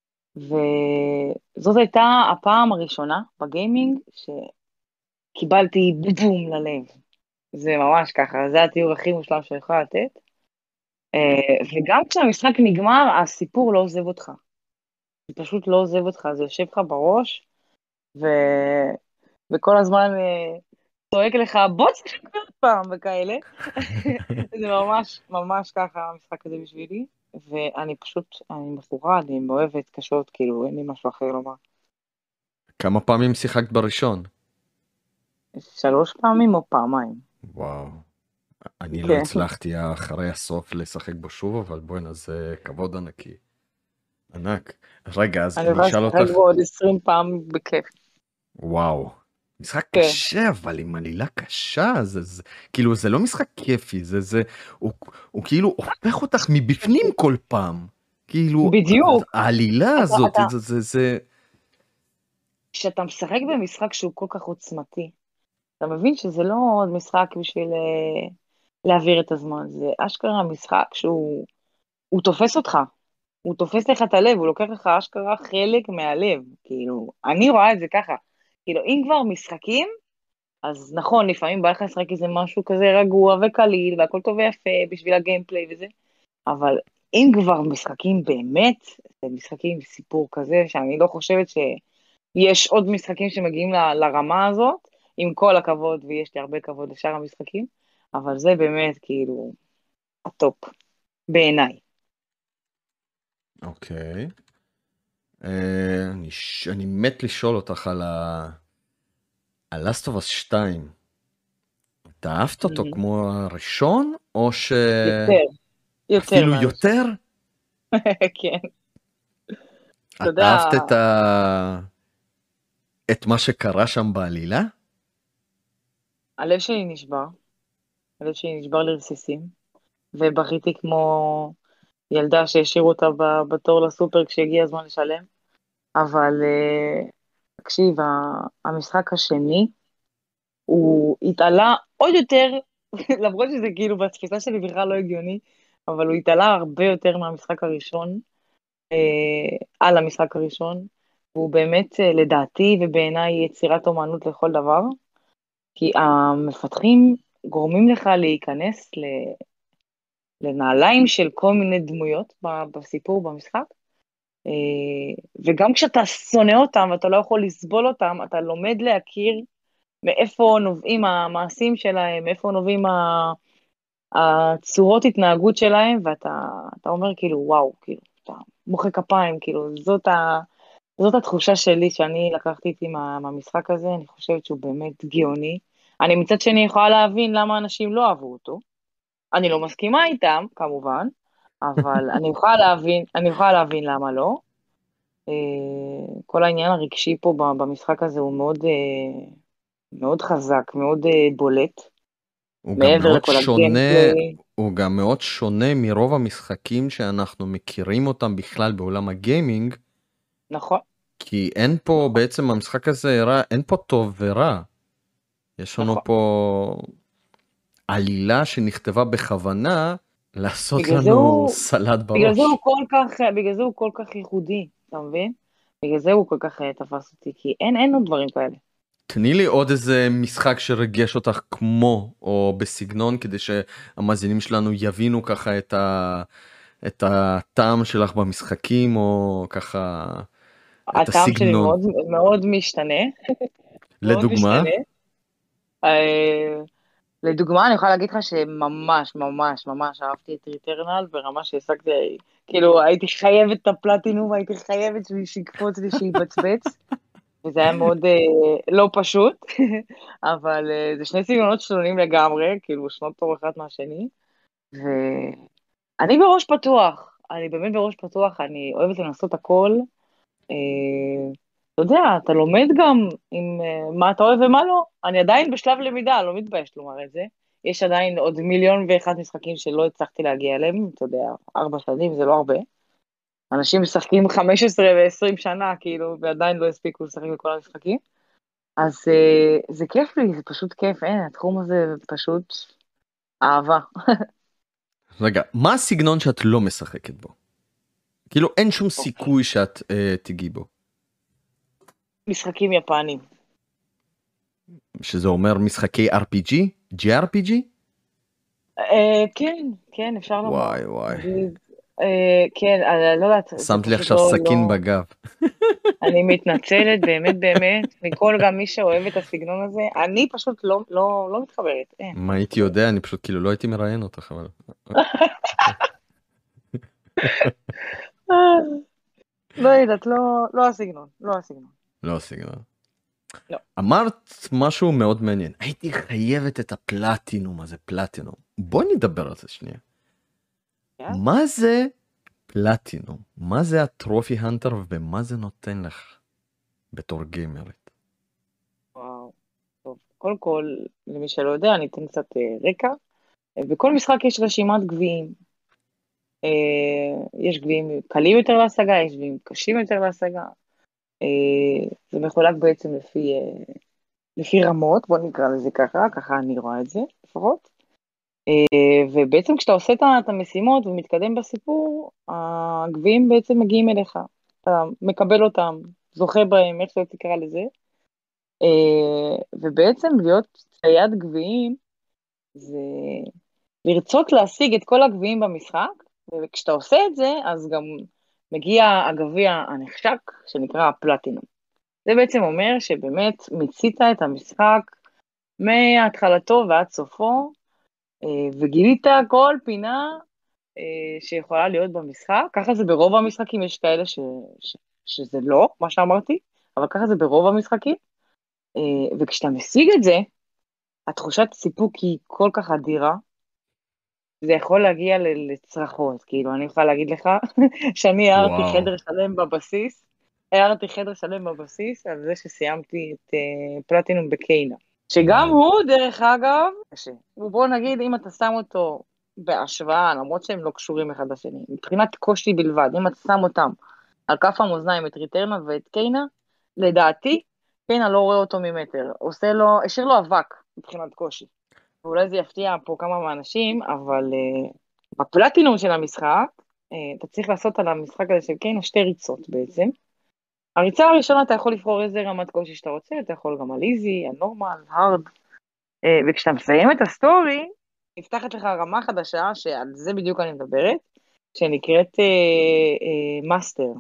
וזאת הייתה הפעם הראשונה בגיימינג שקיבלתי בום ללב. זה ממש ככה, זה התיאור הכי מושלם שאני יכולה לתת. אה, וגם כשהמשחק נגמר, הסיפור לא עוזב אותך. זה פשוט לא עוזב אותך, זה יושב לך בראש, ו... וכל הזמן אה, צועק לך, בוא תשחק עוד פעם, וכאלה. זה ממש, ממש ככה המשחק הזה בשבילי, ואני פשוט, אני מכורה, אני מאוהבת קשות, כאילו, אין לי משהו אחר לומר. כמה פעמים שיחקת בראשון? שלוש פעמים או פעמיים. וואו. אני לא כן. הצלחתי אחרי הסוף לשחק בו שוב, אבל בואי זה כבוד ענקי. ענק. רגע, אז אני אני יכולה אשאל לשחק אותך, בו עוד עשרים פעם בכיף. וואו. משחק כן. קשה, אבל עם עלילה קשה, זה, זה, כאילו זה לא משחק כיפי, זה, זה, הוא, הוא כאילו הופך אותך מבפנים כל פעם. כאילו, בדיוק. העלילה אתה, הזאת, אתה, זה, זה, זה, כשאתה משחק במשחק שהוא כל כך עוצמתי, אתה מבין שזה לא עוד משחק בשביל אה, להעביר את הזמן, זה אשכרה משחק שהוא הוא תופס אותך, הוא תופס לך את הלב, הוא לוקח לך אשכרה חלק מהלב, כאילו, אני רואה את זה ככה, כאילו, אם כבר משחקים, אז נכון, לפעמים בא לך לשחק איזה משהו כזה רגוע וקליל, והכל טוב ויפה בשביל הגיימפליי וזה, אבל אם כבר משחקים באמת, זה משחקים עם סיפור כזה, שאני לא חושבת שיש עוד משחקים שמגיעים ל- לרמה הזאת, עם כל הכבוד, ויש לי הרבה כבוד לשאר המשחקים, אבל זה באמת כאילו הטופ, בעיניי. אוקיי. אה, אני, ש- אני מת לשאול אותך על ה... על Last of Us שתיים. אתה אהבת אותו מהמם. כמו הראשון, או יותר, יותר שאפילו מהראשון. יותר? כן, אתה את יודע, אהבת את ה... את מה שקרה שם בעלילה? הלב שלי נשבר, הלב שלי נשבר לרסיסים, ובכיתי כמו ילדה שהשאירו אותה ב- בתור לסופר כשהגיע הזמן לשלם, אבל אה, תקשיב, ה- המשחק השני, הוא התעלה עוד יותר, למרות שזה כאילו בתפיסה שלי בכלל לא הגיוני, אבל הוא התעלה הרבה יותר מהמשחק הראשון, אה, על המשחק הראשון, והוא באמת, אה, לדעתי ובעיניי, יצירת אומנות לכל דבר, כי המפתחים גורמים לך להיכנס ל- לנעליים של כל מיני דמויות ב- בסיפור, במשחק, אה, וגם כשאתה שונא אותם ואתה לא יכול לסבול אותם, אתה לומד להכיר מאיפה נובעים המעשים שלהם, מאיפה נובעים ה- הצורות התנהגות שלהם, ואתה אתה אומר כאילו, וואו, כאילו, אתה מוחא כפיים, כאילו, זאת ה... זאת התחושה שלי שאני לקחתי איתי מה, מהמשחק הזה, אני חושבת שהוא באמת גאוני. אני מצד שני יכולה להבין למה אנשים לא אהבו אותו. אני לא מסכימה איתם, כמובן, אבל אני יכולה להבין, אני יכולה להבין למה לא. אה, כל העניין הרגשי פה ב- במשחק הזה הוא מאוד, אה, מאוד חזק, מאוד אה, בולט, הוא גם מעבר מאוד לכל שונה, הגיימפליי. הוא גם מאוד שונה מרוב המשחקים שאנחנו מכירים אותם בכלל בעולם הגיימינג, נכון, כי אין פה נכון, בעצם המשחק הזה רע, אין פה טוב ורע. יש לנו נכון. פה עלילה שנכתבה בכוונה לעשות בגלל זה לנו הוא, סלט בגלל זה הוא בראש. כל כך, בגלל זה הוא כל כך ייחודי, אתה מבין? בגלל זה הוא כל כך אה, תפס אותי, כי אין, אין עוד דברים כאלה. תני לי עוד איזה משחק שרגש אותך כמו או בסגנון כדי שהמאזינים שלנו יבינו ככה את ה... את הטעם שלך במשחקים או ככה את הטעם שלי הסגנון. מאוד, מאוד משתנה, מאוד לדוגמה, משתנה. אה, לדוגמה, אני יכולה להגיד לך שממש, ממש, ממש אהבתי את ריטרנל ברמה שהשגתי, כאילו, הייתי חייבת את הפלטינום, הייתי חייבת שהוא שיקפוץ לי, שיבצבץ, וזה היה מאוד אה, לא פשוט, אבל אה, זה שני סגנונות שונים לגמרי, כאילו, שנות תור אחת מהשני, ואני בראש פתוח, אני באמת בראש פתוח, אני אוהבת לנסות הכל, אה, אתה יודע, אתה לומד גם עם אה, מה אתה אוהב ומה לא. אני עדיין בשלב למידה, לא מתביישת לומר את זה. יש עדיין עוד מיליון ואחד משחקים שלא הצלחתי להגיע אליהם, אתה יודע, ארבע שנים זה לא הרבה. אנשים משחקים חמש עשרה ו-עשרים שנה, כאילו, ועדיין לא הספיקו לשחק בכל המשחקים. אז אה, זה כיף לי, זה פשוט כיף, אין, התחום הזה פשוט אהבה. רגע, מה הסגנון שאת לא משחקת בו? כאילו אין שום אוקיי. סיכוי שאת אה, תגיעי בו. משחקים יפניים. שזה אומר משחקי אר פי ג'י? ג'י אר פי ג'י? אה, כן, כן, אפשר לומר. וואי וואי. נגיד, אה, כן, אני לא יודעת, זה שמת לי פשוט עכשיו לא, סכין לא, בגב. אני מתנצלת, באמת, באמת, מכל גם מי שאוהב את הסגנון הזה, אני פשוט לא, לא, לא מתחברת, אין, מה לא הייתי מתחברת. יודע, אני פשוט כאילו לא הייתי מראיין אותך, אבל... לא יודעת, לא, לא הסגנון, לא הסגנון, לא סגנון. לא. אמרת משהו מאוד מעניין, הייתי חייבת את הפלטינום הזה, פלטינום. בוא נדבר על זה שנייה. כן? מה זה פלטינום? מה זה הטרופי הנטר ומה זה נותן לך בתור גיימרית? וואו. טוב, קודם כל, למי שלא יודע, אני אתן קצת אה, רקע. אה, בכל משחק יש רשימת גביעים. אה, יש גביעים קלים יותר להשגה, יש גביעים קשים יותר להשגה. אה, זה מחולק בעצם לפי, אה, לפי רמות, בוא נקרא לזה ככה, ככה אני רואה את זה לפחות. אה, ובעצם כשאתה עושה את ה- את המשימות ומתקדם בסיפור, הגביעים בעצם מגיעים אליך. אתה מקבל אותם, זוכה בהם, איך שלא תקרא לזה. אה, ובעצם להיות צייד גביעים זה לרצות להשיג את כל הגביעים במשחק, וכשאתה עושה את זה, אז גם מגיע הגביע הנחשק, שנקרא הפלטינום. זה בעצם אומר שבאמת מיצית את המשחק מהתחלתו ועד סופו, אה, וגילית כל פינה אה, שיכולה להיות במשחק. ככה זה ברוב המשחקים, יש כאלה ש, ש, שזה לא, מה שאמרתי, אבל ככה זה ברוב המשחקים. אה, וכשאתה משיג את זה, התחושת סיפוק היא כל כך אדירה, זה יכול להגיע ל- לצרחות, כאילו, אני יכולה להגיד לך שאני הערתי וואו. חדר שלם בבסיס, הערתי חדר שלם בבסיס על זה שסיימתי את uh, פלטינום בקיינה. שגם וואו. הוא, דרך אגב, קשה. ובוא נגיד, אם אתה שם אותו בהשוואה, למרות שהם לא קשורים אחד לשני, מבחינת קושי בלבד, אם אתה שם אותם על כף המאזניים, את ריטרנה ואת קיינה, לדעתי, קיינה לא רואה אותו ממטר, עושה לו, השאיר לו אבק מבחינת קושי. ואולי זה יפתיע פה כמה מהאנשים, אבל uh, בפלטינום של המשחק, uh, אתה צריך לעשות על המשחק הזה של קיינה שתי ריצות בעצם. הריצה הראשונה אתה יכול לבחור איזה רמת קושי שאתה רוצה, אתה יכול גם על איזי, על נורמל, הארד, uh, וכשאתה מסיים את הסטורי, נפתחת לך רמה חדשה, שעל זה בדיוק אני מדברת, שנקראת מאסטר, uh, uh,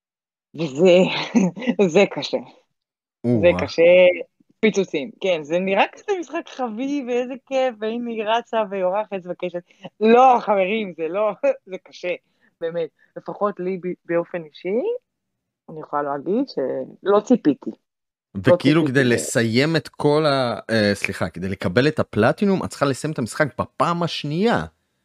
וזה זה קשה. זה או-אה. קשה, פיצוצים, כן, זה נראה כזה משחק חביב, ואיזה כיף, והנה היא רצה ויורחת וקשת. לא, חברים, זה לא, זה קשה, באמת. לפחות לי ב- באופן אישי, אני יכולה להגיד שלא ציפיתי, לא וכאילו ציפיתי. כדי ב- לסיים את כל ה... אה, סליחה, כדי לקבל את הפלטינום, את צריכה לסיים את המשחק בפעם השנייה.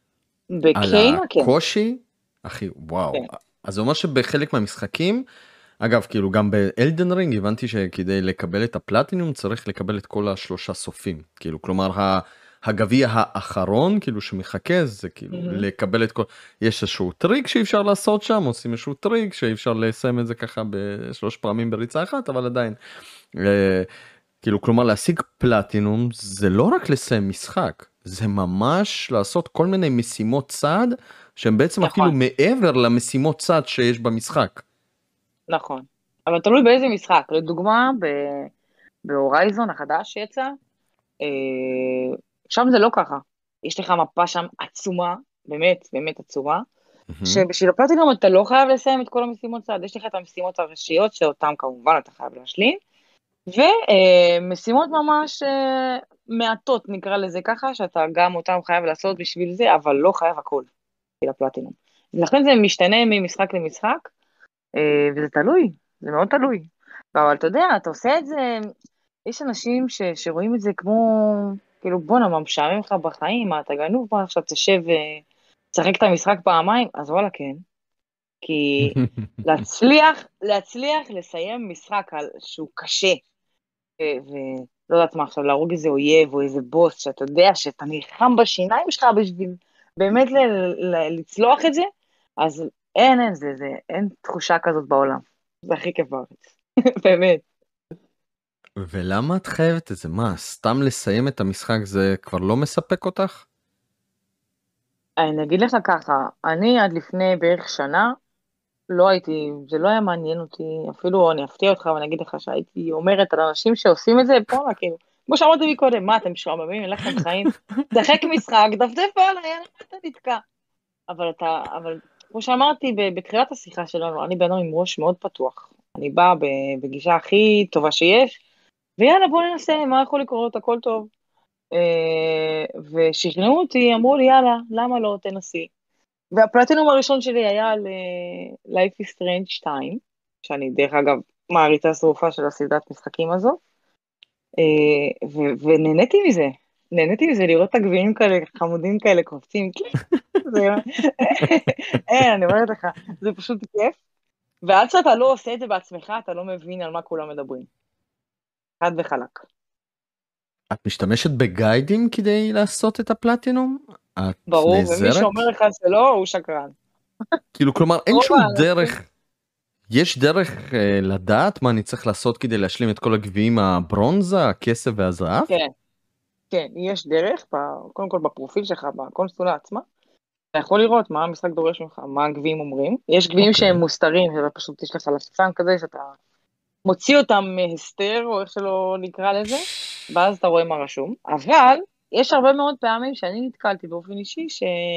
על בקיינה, כן, הקושי, אחי, וואו. כן, אז זה אומר שבחלק מהמשחקים, אגב, כאילו גם באלדן רינג הבנתי שכדי לקבל את הפלטינום צריך לקבל את כל השלושה סופים. כאילו, כלומר, ה- הגביע האחרון, כאילו שמחכה, זה כאילו מהמם, לקבל את כל... יש איזשהו טריק שאי אפשר לעשות שם, עושים איזשהו טריק שאי אפשר לסיים את זה ככה בשלוש פעמים בריצה אחת, אבל עדיין. אה, כאילו, כלומר, להשיג פלטינום זה לא רק לסיים משחק, זה ממש לעשות כל מיני משימות צד, שהן בעצם אפילו נכון, מעבר למשימות צד שיש במשחק. נכון. אבל תלוי באיזה משחק. לדוגמה, ב- בהורייזון החדש שיצא, אה, שם זה לא ככה. יש לך מפה שם עצומה, באמת, באמת עצומה, מהמם. שבשביל הפלטינום אתה לא חייב לסיים את כל המשימות צד, יש לך את המשימות הראשיות שאותן כמובן אתה חייב להשלים, ומשימות ממש אה, מעטות נקרא לזה ככה, שאתה גם אותן חייב לעשות בשביל זה, אבל לא חייב הכל בשביל הפלטינום. לכן זה משתנה ממשחק למשחק, אה, וזה תלוי, זה מאוד תלוי. אבל אתה יודע, אתה עושה את זה, יש אנשים ש, שרואים את זה כמו, כאילו בואנה, מה משעמם לך בחיים, מה אתה גנוב, מה עכשיו תשב ותשחק את המשחק פעמיים, אז וואלה כן. כי להצליח, להצליח לסיים משחק על, שהוא קשה, ולא יודעת מה עכשיו, להרוג איזה אויב או איזה בוס, שאתה יודע שאתה נלחם בשיניים שלך בשביל באמת ל- ל- לצלוח את זה, אז אין, אין, זה, זה, אין תחושה כזאת בעולם. זה הכי כיף בארץ, באמת. ולמה את חייבת את זה? מה, סתם לסיים את המשחק זה כבר לא מספק אותך? אני אגיד לך ככה, אני עד לפני בערך שנה, לא הייתי, זה לא היה מעניין אותי, אפילו אני אפתיע אותך ואני אגיד לך שהייתי אומרת על אנשים שעושים את זה, בואנה, כאילו, כמו שאמרתי מקודם, מה, אתם משועממים, אין לכם חיים? תשחק משחק, דפדף הלאה, יאללה, מה אתה נתקע? אבל אתה, אבל כמו שאמרתי ב- בתחילת השיחה שלנו, אני בן אדם עם ראש מאוד פתוח. אני באה ב- בגישה הכי טובה שיש, ויאללה, בוא ננסה, מה יכול לקרות, הכל טוב. אה, ושכנעו אותי, אמרו לי, יאללה, למה לא, תנסי. והפלטינום הראשון שלי היה על אה, Life is Strange שתיים, שאני דרך אגב מעריצה שרופה של הסדרת משחקים הזו, אה, ו- ונהניתי מזה, נהניתי מזה לראות את הגביעים כאלה, חמודים כאלה קופצים, זה, אין, אני אומרת לך, זה פשוט כיף, ועד שאתה לא עושה את זה בעצמך, אתה לא מבין על מה כולם מדברים, חד וחלק. את משתמשת בגיידים כדי לעשות את הפלטינום? את ברור, ומי נעזרת? שאומר לך שלא, הוא שקרן. כאילו, כלומר, אין רוב שום האנשים, דרך, יש דרך אה, לדעת מה אני צריך לעשות כדי להשלים את כל הגביעים, הברונזה, הכסף והזהב? כן, כן, יש דרך, ב- קודם כל בפרופיל שלך, בקונסולה עצמה, אתה יכול לראות מה המשחק דורש ממך, מה הגביעים אומרים. יש גביעים שהם אוקיי. מוסתרים, שאתה פשוט, יש לך לחצן כזה, שאתה מוציא אותם מהסתר, או איך שלא נקרא לזה, ואז אתה רואה מה רשום. אבל יש הרבה מאוד פעמים שאני נתקלתי באופן אישי,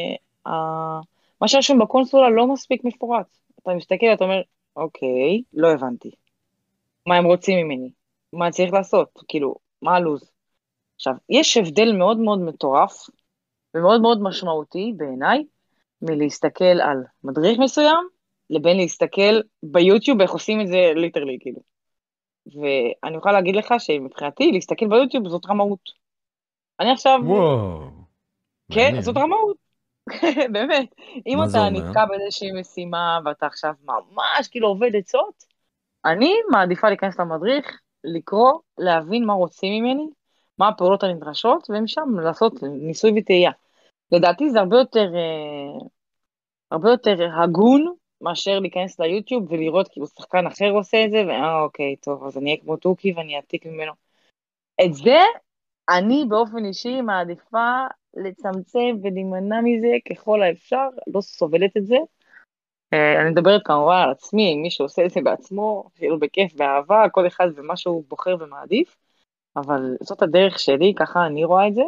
שמה שרשום בקונסולה לא מספיק מפורט. אתה מסתכל, אתה אומר, אוקיי, לא הבנתי. מה הם רוצים ממני? מה אני צריך לעשות? כאילו, מה הלו"ז? עכשיו, יש הבדל מאוד מאוד מטורף, ומאוד מאוד משמעותי בעיניי, מלהסתכל על מדריך מסוים, לבין להסתכל ביוטיוב איך עושים את זה ליטרלי, כאילו. ואני אוכל להגיד לך שמבחינתי, להסתכל ביוטיוב זאת רמאות. אני עכשיו, וואו, כן, זאת מעניין. רמאות, באמת. אם מה זה אתה אומר? נתקע באיזושהי משימה, ואתה עכשיו ממש כאילו עובד עצות, אני מעדיפה להיכנס למדריך, לקרוא, להבין מה רוצים ממני, מה הפעולות הנדרשות, ומשם לעשות ניסוי וטעייה. לדעתי זה הרבה יותר, אה, הרבה יותר הגון מאשר להיכנס ליוטיוב ולראות כאילו שחקן אחר עושה את זה, ואה אוקיי, טוב, אז אני אהיה כמו תוכי ואני אעתיק ממנו. את זה אני באופן אישי מעדיפה לצמצם ולהימנע מזה ככל האפשר, לא סובלת את זה. אה, אני מדברת כמובן על עצמי, מי שעושה את זה בעצמו, שיהיה לו בכיף, באהבה, כל אחד ומה שהוא בוחר ומעדיף, אבל זאת הדרך שלי, ככה אני רואה את זה.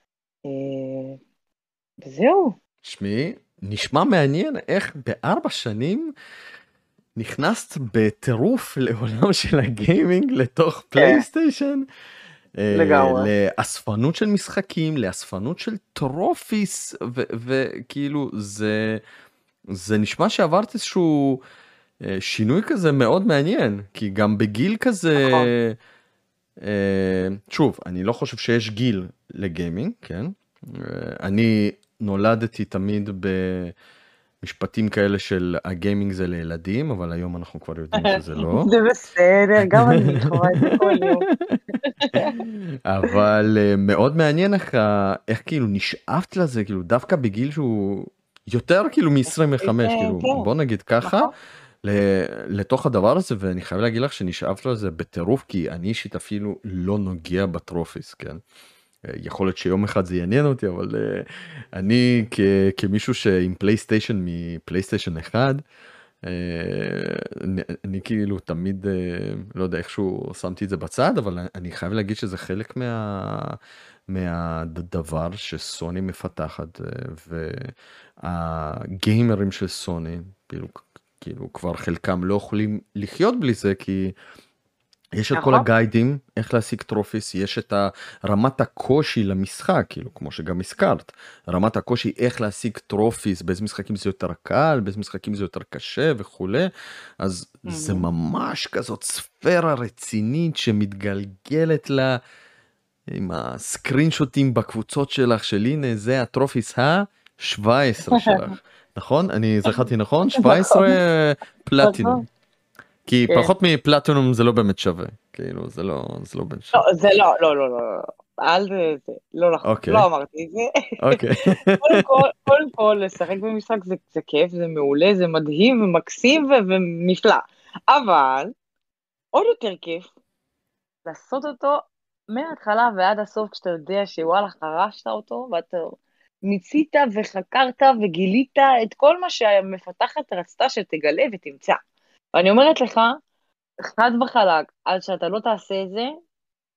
אה, וזהו. שמי, נשמע מעניין איך בארבע שנים נכנסת בטירוף לעולם של הגיימינג לתוך כן, פלייסטיישן, אה, לגמרי. לאספנות של משחקים, לאספנות של טרופיס, ו- וכאילו זה, זה נשמע שעברת איזשהו אה, שינוי כזה מאוד מעניין, כי גם בגיל כזה, נכון. אה, שוב, אני לא חושב שיש גיל לגיימינג, כן? אה, אני נולדתי תמיד במשפטים כאלה של הגיימינג זה לילדים, אבל היום אנחנו כבר יודעים שזה לא. זה בסדר, גם אני חווה את זה כל יום. אבל אה, מאוד מעניין איך, ה- איך כאילו נשאבת לזה, כאילו דווקא בגיל שהוא יותר כאילו יחסית, מ-עשרים וחמש, אה, כאילו כן, בוא נגיד ככה, נכון. ל- לתוך הדבר הזה, ואני חייב להגיד לך שנשאבת לזה בטירוף, כי אני אישית אפילו לא נוגע בטרופיס, כן? אה, יכול להיות שיום אחד זה יעניין אותי, אבל אה, אני כ- כמישהו שעם פלייסטיישן מפלייסטיישן אחד, אה, אני, אני כאילו תמיד, אה, לא יודע, איכשהו שמתי את זה בצד, אבל אני חייב להגיד שזה חלק מה, מהדבר שסוני מפתחת, אה, והגיימרים של סוני, כאילו, כאילו כבר חלקם לא יכולים לחיות בלי זה, כי יש את כל נכון. הגיידים, איך להשיג טרופיס, יש את רמת הקושי למשחק, כאילו, כמו שגם הזכרת, רמת הקושי איך להשיג טרופיס, באיזה משחקים זה יותר קל, באיזה משחקים זה יותר קשה וכולי, אז זה מהמם. ממש כזאת ספירה רצינית שמתגלגלת לה, עם הסקרין שוטים בקבוצות שלך, של הנה זה הטרופיס ה-שבע עשרה שלך, נכון? אני זכרתי נכון? שבע עשרה נכון, פלטינום. נכון. כי כן. פחות מפלטינום זה לא באמת שווה, כאילו זה לא, זה לא באמת לא, שווה. זה לא, לא, לא, לא, לא. אל זה, זה, לא נכון, אוקיי, לא אמרתי את זה. אוקיי. קודם כל, קודם כל, לשחק במשחק זה, זה כיף, זה מעולה, זה מדהים ומקסים ו- ונפלא. אבל, עוד יותר כיף, לעשות אותו מההתחלה ועד הסוף, כשאתה יודע שוואלה, חרשת אותו, ואתה מיצית וחקרת וגילית את כל מה שהמפתחת רצתה שתגלה ותמצא. ואני אומרת לך, חד וחלק, עד שאתה לא תעשה את זה,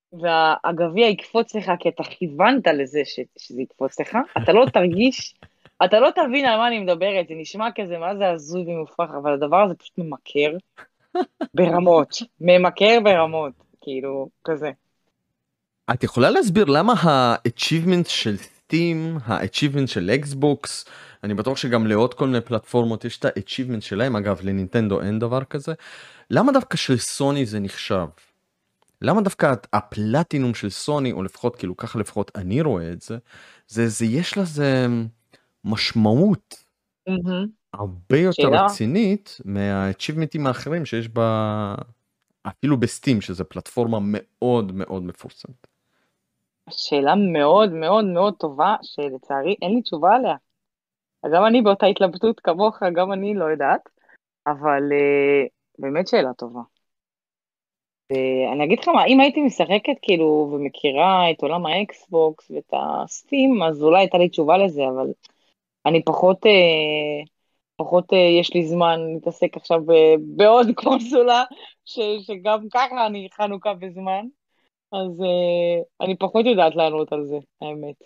והגביע יקפוץ לך כי אתה כיוונת לזה ש, שזה יקפוץ לך, אתה לא תרגיש אתה לא תבין על מה אני מדברת, זה נשמע כזה, מה זה הזוי ומופרך, אבל הדבר הזה פשוט ממכר ברמות, ממכר ברמות, כאילו, כזה. את יכולה להסביר למה ה-achievement של Steam, ה-achievement של Xbox, אני בטוח שגם לעוד כל מיני פלטפורמות יש את ה-achievement שלהם, אגב לנינטנדו אין דבר כזה, למה דווקא של סוני זה נחשב? למה דווקא הפלטינום של סוני, או לפחות כאילו ככה לפחות אני רואה את זה, זה, זה יש לזה משמעות מהמם. הרבה יותר שאלה, רצינית מה-achievementים האחרים שיש בה, אפילו בסטים, שזה פלטפורמה מאוד מאוד מפורסמת. שאלה מאוד מאוד מאוד טובה, שלצערי אין לי תשובה עליה. גם אני באותה התלבטות כמוך, גם אני לא יודעת, אבל uh, באמת שאלה טובה. Uh, אני אגיד לך מה, אם הייתי משחקת כאילו ומכירה את עולם האקסבוקס ואת הסטים, אז אולי הייתה לי תשובה לזה, אבל אני פחות, uh, פחות uh, יש לי זמן להתעסק עכשיו ב- בעוד קונסולה, ש, שגם ככה אני חנוכה בזמן, אז uh, אני פחות יודעת לענות על זה, האמת.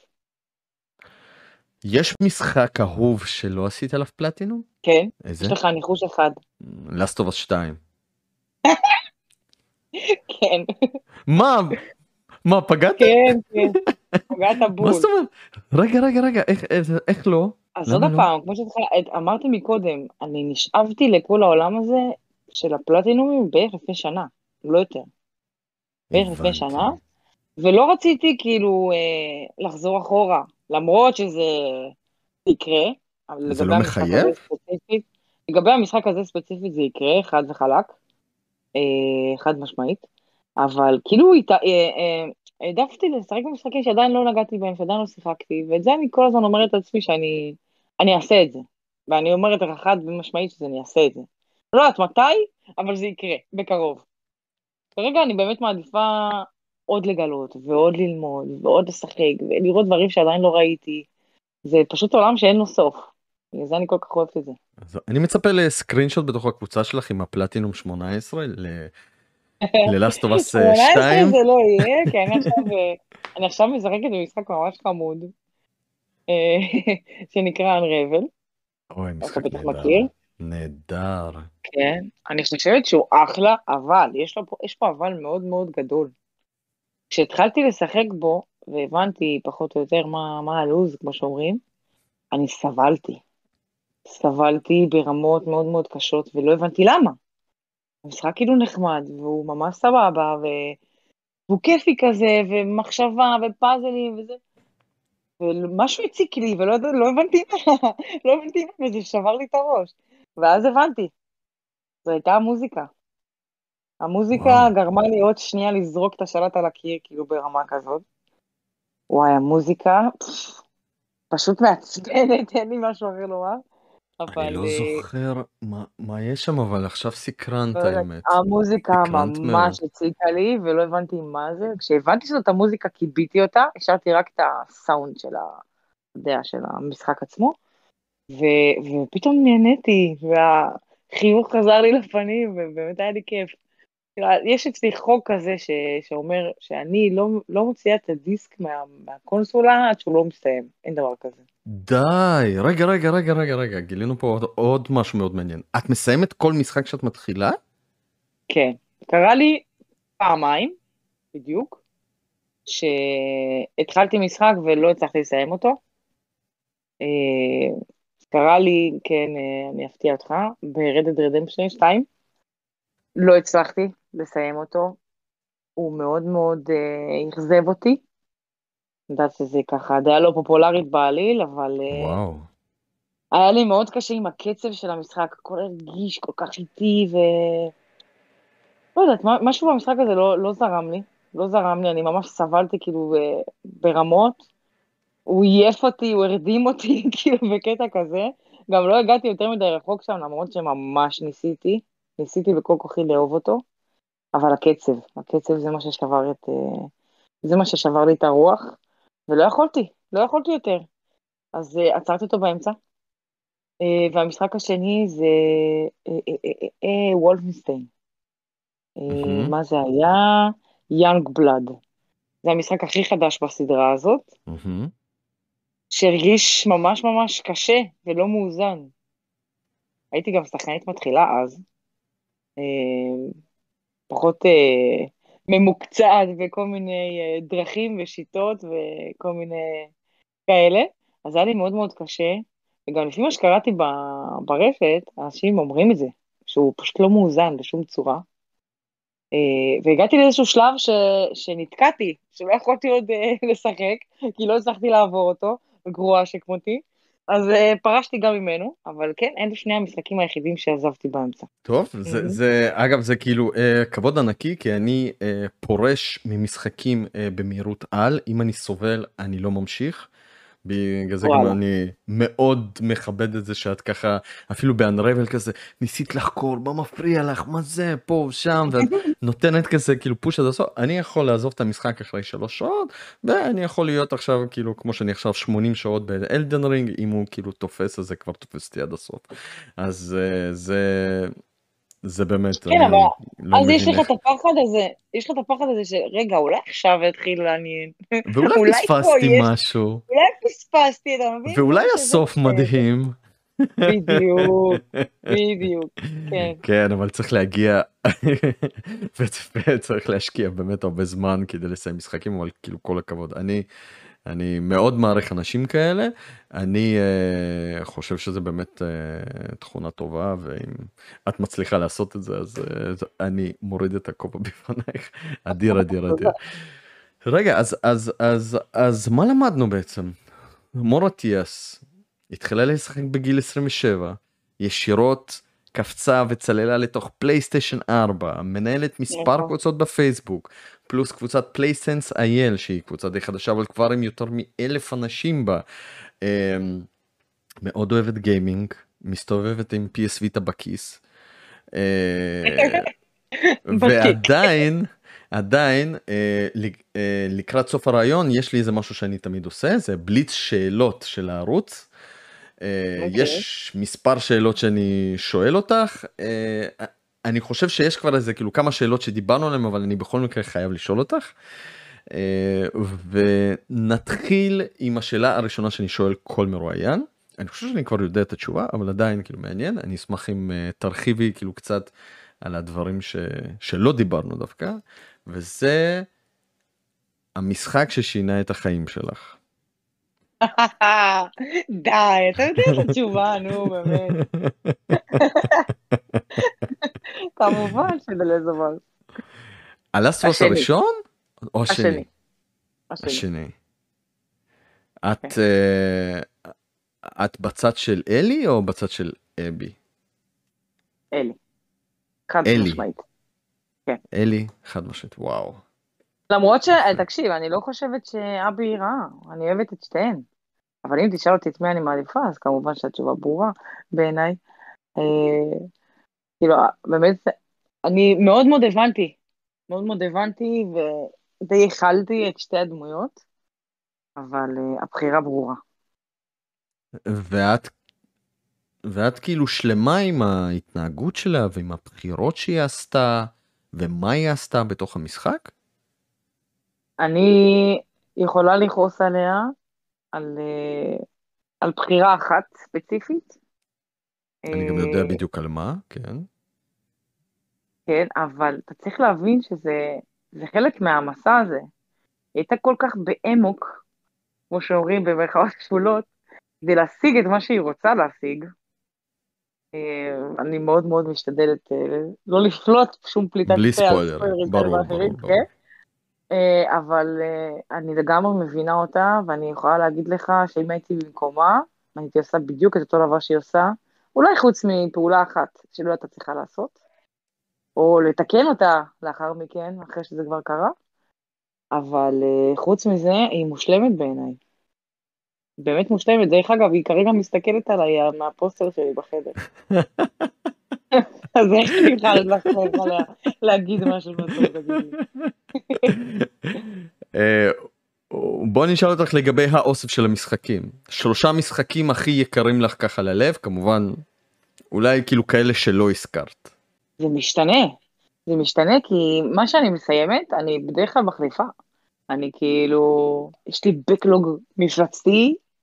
יש משחק אהוב שלא עשית עליו פלטינום? כן, איזה? יש לך ניחוש אחד. Last of Us שתיים. כן, מה? מה, פגעת? כן, כן, פגעת מה בול. זאת אומרת? רגע, רגע, רגע, איך, איך, איך לא? אז עוד למה לא? פעם, כמו שאמרתי מקודם, אני נשאבתי לכל העולם הזה של הפלטינומים בערך לפני שנה, לא יותר, בערך לפני הבנתי. שנה, ולא רציתי כאילו אה, לחזור אחורה, למרות שזה יקרה, אבל זה לגבי לא המשחק הזה מחייב? ספציפית, לגבי המשחק הזה ספציפית זה יקרה, חד וחלק, אה, חד משמעית, אבל כאילו הת- אה, אה, העדפתי לשחק במשחקים שעדיין לא נגעתי בהם, שעדיין לא שיחקתי, ואת זה אני כל הזמן אומרת לעצמי שאני אני אעשה את זה. ואני אומרת לך חד משמעית שזה אני אעשה את זה. לא יודעת מתי, אבל זה יקרה, בקרוב. כרגע אני באמת מעדיפה עוד לגלות, ועוד ללמוד, ועוד לשחק, ולראות דברים שעדיין לא ראיתי. זה פשוט עולם שאין לו סוף. בגלל זה אני כל כך אוהבת את זה. אז אני מצפה לסקרינשוט בתוך הקבוצה שלך עם הפלטינום שמונה עשרה ל- ל-Last of Us שמונה עשרה שתיים. זה לא יהיה, כי אני עכשיו, אני עכשיו משחקת במשחק ממש חמוד, אה, שנקרא Unravel, אוי, אתה משחק בטח נהדר. מכיר. נהדר. כן, אני חושבת שהוא אחלה, אבל יש לו פה, יש פה אבל מאוד מאוד גדול. כשהתחלתי לשחק בו, והבנתי פחות או יותר מה, מה הלו"ז, כמו שאומרים, אני סבלתי. סבלתי ברמות מאוד מאוד קשות, ולא הבנתי למה. המשחק כאילו נחמד, והוא ממש סבבה, ו- והוא כיפי כזה, ומחשבה, ופאזלים, וזה, ומשהו הציק לי, ולא יודע- לא הבנתי מה, לא הבנתי מה, וזה שבר לי את הראש. ואז הבנתי, זו הייתה המוזיקה. המוזיקה וואו. גרמה לי עוד שנייה לזרוק את השלט על הקיר, כאילו ברמה כזאת. וואי, המוזיקה פש, פשוט מעצבנת, אין לי משהו אחר לומר, אני אבל לא אה, זוכר מה, מה יש שם, אבל עכשיו לא סקרנת יודעת, האמת. המוזיקה סקרנת מאוד. ממש הציקה לי, ולא הבנתי מה זה. כשהבנתי שזאת המוזיקה, כיביתי אותה, השארתי רק את הסאונד של ה... אתה יודע, של המשחק עצמו, ו... ופתאום נהניתי, והחיוך חזר לי לפנים, ובאמת היה לי כיף. יש אצלי חוק כזה ש... שאומר שאני לא, לא מוציאה את הדיסק מה... מהקונסולה עד שהוא לא מסתיים, אין דבר כזה. די, רגע, רגע, רגע, רגע, רגע, גילינו פה עוד, עוד משהו מאוד מעניין. את מסיימת כל משחק שאת מתחילה? כן, קרה לי פעמיים, בדיוק, שהתחלתי משחק ולא הצלחתי לסיים אותו. אה, קרה לי, כן, אה, אני אפתיע אותך, ב-Red Dead Redemption שתיים, לא הצלחתי לסיים אותו, הוא מאוד מאוד אה, אכזב אותי. אני יודעת שזה ככה דעה לא פופולרית בעליל, אבל אה, וואו. היה לי מאוד קשה עם הקצב של המשחק, הכל הרגיש כל כך איטי, ו... לא יודעת, מה- משהו במשחק הזה לא, לא זרם לי, לא זרם לי, אני ממש סבלתי כאילו ב- ברמות, הוא עייף אותי, הוא הרדים אותי, כאילו בקטע כזה, גם לא הגעתי יותר מדי רחוק שם, למרות שממש ניסיתי, ניסיתי בכל כוחי לאהוב אותו, אבל הקצב, הקצב זה מה ששבר את, אה, זה מה ששבר לי את הרוח, ולא יכולתי, לא יכולתי יותר, אז אה, עצרתי אותו באמצע, אה, והמשחק השני זה אה, אה, אה, אה, אה, וולפנשטיין. אה, מהמם, מה זה היה? יאנג בלאד. זה המשחק הכי חדש בסדרה הזאת. מהמם. שהרגיש ממש ממש קשה ולא מאוזן. הייתי גם שחקנית מתחילה אז, אה, פחות אה, ממוקצעת בכל מיני אה, דרכים ושיטות וכל מיני כאלה, אז היה לי מאוד מאוד קשה, וגם לפי מה שקראתי ב- ברשת, אנשים אומרים את זה, שהוא פשוט לא מאוזן בשום צורה. אה, והגעתי לאיזשהו שלב ש... שנתקעתי, שלא יכולתי עוד אה, לשחק, כי לא הצלחתי לעבור אותו, גרועה שכמותי, אז אה, פרשתי גם ממנו, אבל כן, אלה שני המשחקים היחידים שעזבתי באמצע. טוב, זה, מהמם. זה אגב זה כאילו אה, כבוד ענקי כי אני אה, פורש ממשחקים אה, במהירות על, אם אני סובל אני לא ממשיך. בגלל זה גם וואלה. אני מאוד מכבד את זה שאת ככה אפילו באנרייבל כזה ניסית לחקור מה מפריע לך מה זה פה שם ואת נותנת כזה כאילו פוש עד הסוף. אני יכול לעזוב את המשחק אחרי שלוש שעות ואני יכול להיות עכשיו כאילו כמו שאני עכשיו שמונים שעות באלדן רינג, אם הוא כאילו תופס אז זה כבר תופס אותי עד הסוף. אז אה, זה זה באמת כן, אבל אני לא אז יש מבין לך איך. את הפחד הזה, יש לך את הפחד הזה שרגע, אולי עכשיו יתחיל לעניין, ואולי אולי פה פספסתי יש, משהו אולי פספסתי, אתה מבין? ואולי כאילו שזה הסוף בסדר. מדהים. בדיוק, בדיוק, כן. כן, אבל צריך להגיע וצריך להשקיע באמת הרבה זמן כדי לסיים משחקים, אבל כאילו כל הכבוד. אני אני מאוד מעריך אנשים כאלה. אני uh, חושב שזה באמת uh, תכונה טובה, ואם את מצליחה לעשות את זה אז uh, אני מוריד את הכובע בפנייך. אדיר אדיר אדיר. תודה. רגע, אז אז אז אז מה למדנו בעצם? מור אטיאס התחילה לשחק בגיל עשרים ושבע, ישירות קפצה וצללה לתוך פלייסטיישן ארבע, מנהלת מספר נכון. קבוצות בפייסבוק, פלוס קבוצת פלייסנס אייל שהיא קבוצה די חדשה אבל כבר עם יותר מאלף אנשים בה. אמ, מאוד אוהבת גיימינג, מסתובבת עם פי אס ויטה בכיס. אה, ותיק. ועדיין עדיין אה, לק- אה, לקראת סוף הרעיון יש לי איזה משהו שאני תמיד עושה, זה בליץ שאלות של הערוץ. אה, אוקיי. יש מספר שאלות שאני שואל אותך. אה, אני חושב שיש כבר איזה כאילו כמה שאלות שדיברנו עליהן אבל אני בכל מקרה חייב לשאול אותך. אה, ונתחיל עם השאלה הראשונה שאני שואל כל מרואיין. אני חושב שאני כבר יודע את התשובה אבל עדיין כאילו מעניין, אני אשמח אם אה, תרחיבי כאילו קצת על הדברים ש... שלא דיברנו דווקא, וזה המשחק ששינה את החיים שלך. די, אתה יודע את התשובה, נו, באמת. כמובן שללזובל. הלאסט השני, הראשון או השני? השני, השני. השני. כן. את אה, את בצד של אלי או בצד של אבי? אלי, חד אלי. משמעית. כן. אלי, חד משמעית, וואו. למרות ש... תקשיב, אני לא חושבת שאבי היא רעה, אני אוהבת את שתיהן. אבל אם תשאל אותי את מי אני מעדיפה, אז כמובן שהתשובה ברורה בעיניי. אה, כאילו, באמת, אני מאוד מאוד הבנתי, מאוד מאוד הבנתי, ודי הכלתי את שתי הדמויות, אבל אה, הבחירה ברורה. ואת ואת כאילו שלמה עם ההתנהגות שלה ועם הבחירות שהיא עשתה ומה היא עשתה בתוך המשחק? אני יכולה לכעוס עליה, על, אה, על בחירה אחת ספציפית, אני גם יודע אה, בדיוק על מה, כן. כן, אבל אתה צריך להבין שזה זה חלק מהמסע הזה. היא הייתה כל כך באמוק, כמו שאומרים במרכאות כפולות, כדי להשיג את מה שהיא רוצה להשיג. אה, אני מאוד מאוד משתדלת אה, לא לפלוט שום פליטת בלי פה על ספוילרים, ספוילרים כאלה ברור, ואחרים, ברור, כן? ברור. אה, אבל אה, אני לגמרי מבינה אותה, ואני יכולה להגיד לך שאם הייתי במקומה, הייתי עושה בדיוק את אותו דבר שהיא עושה, אולי חוץ מפעולה אחת שלא הייתה צריכה לעשות, או לתקן אותה לאחר מכן, אחרי שזה כבר קרה, אבל אה, חוץ מזה, היא מושלמת בעיניי. באמת מושלמת. דרך אגב, היא כרגע מסתכלת עליי אה, מהפוסטר שלי בחדר. אז איך אני יכולה לחזור עליה, להגיד משהו לא טוב, תגיד לי. אה, בוא נשאל אותך לגבי האוסף של המשחקים. שלושה משחקים הכי יקרים לך ככה ללב, כמובן, אולי כאילו כאלה שלא הזכרת. זה משתנה. זה משתנה כי מה שאני מסיימת, אני בדרך כלל מחליפה. אני כאילו, יש לי בקלוג מפלצתי,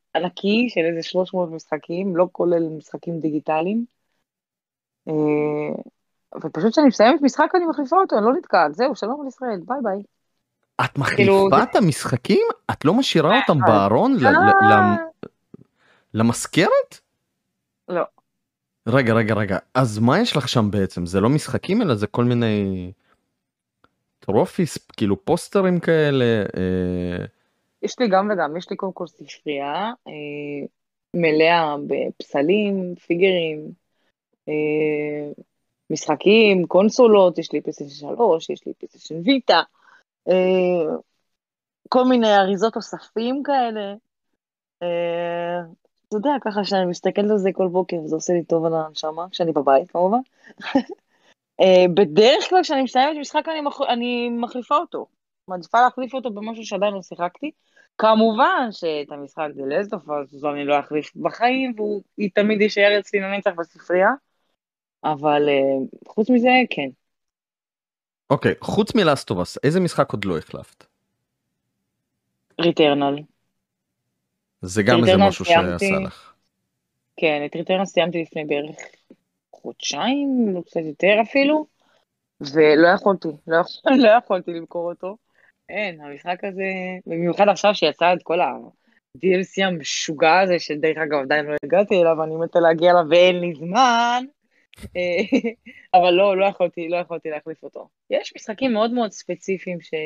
ענקי של איזה שלוש מאות משחקים, לא כולל משחקים דיגיטליים. אה, ופשוט כשאני מסיימת משחק אני מחליפה אותו, אני לא נתקעת, זהו, שלום על ישראל, ביי ביי. את כאילו, זה מחליפה את המשחקים? את לא משאירה אותם אחד. בארון ל- ל- למ- אה, למזכרת? לא. רגע, רגע, רגע. אז מה יש לך שם בעצם? זה לא משחקים אלא זה כל מיני טרופיס, כאילו פוסטרים כאלה. אה... יש לי גם וגם, יש לי קודם כל ספרייה, אה, מלאה בפסלים, פיגרים, אה, משחקים, קונסולות, יש לי פלייסטיישן שלוש, יש לי פלייסטיישן ויטה, אה, כל מיני אריזות אוספים כאלה. אה, אתה יודע, ככה שאני מסתכלת על זה כל בוקר, זה עושה לי טוב על הנשמה, כשאני בבית כמובן. אה, בדרך כלל כשאני מסיימת משחק אני, מח... אני מחליפה אותו. מעדיפה להחליף אותו במשהו שעדיין לא שיחקתי. כמובן שאת המשחק The Last of Us, זו אני לא אחליף בחיים, והוא תמיד יישאר אצלי לנצח בספרייה, אבל אה, חוץ מזה, כן. אוקיי, חוץ מלאסטובס, איזה משחק עוד לא החלפת? ריטרנל. זה את גם איזה ריטרנל משהו שעשה סיימתי, לך. כן, את ריטרנל סיימתי לפני בערך חודשיים, לא קצת יותר אפילו, ולא יכולתי, לא, יכול, לא יכולתי למכור אותו. אין, המשחק הזה, במיוחד עכשיו שיצא את כל ה-די אל סי המשוגע הזה, שדרך אגב עדיין לא הגעתי אליו, אני מתה להגיע אליו ואין לי זמן, אה, אבל לא, לא יכולתי, לא יכולתי להחליף אותו. יש משחקים מאוד מאוד ספציפיים ש...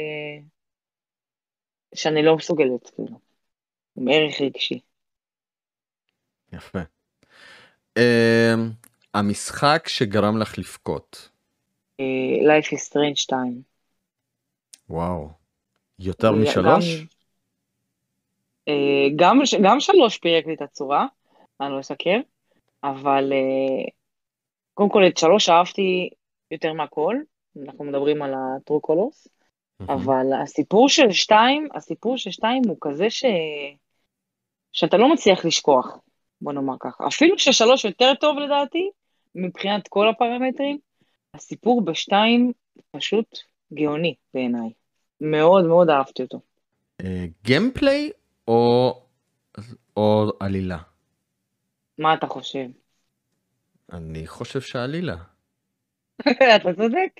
שאני לא מסוגלת, כאילו, עם ערך רגשי. יפה. אמ, המשחק שגרם לך לבכות. אה, Life is Strange שתיים. וואו. יותר גם, משלוש? אה, גם, גם שלוש פירק לי את הצורה, אני לא אסקר, אבל אה, קודם כל את שלוש אהבתי יותר מהכל, אנחנו מדברים על ה-True Colors, מהמם. אבל הסיפור של שתיים, הסיפור של שתיים הוא כזה ש... שאתה לא מצליח לשכוח, בוא נאמר ככה. אפילו ששלוש יותר טוב לדעתי, מבחינת כל הפרמטרים, הסיפור בשתיים פשוט גאוני בעיניי. מאוד מאוד אהבתי אותו. אה, גיימפליי או או עלילה? מה אתה חושב? אני חושב שעלילה. אתה צודק.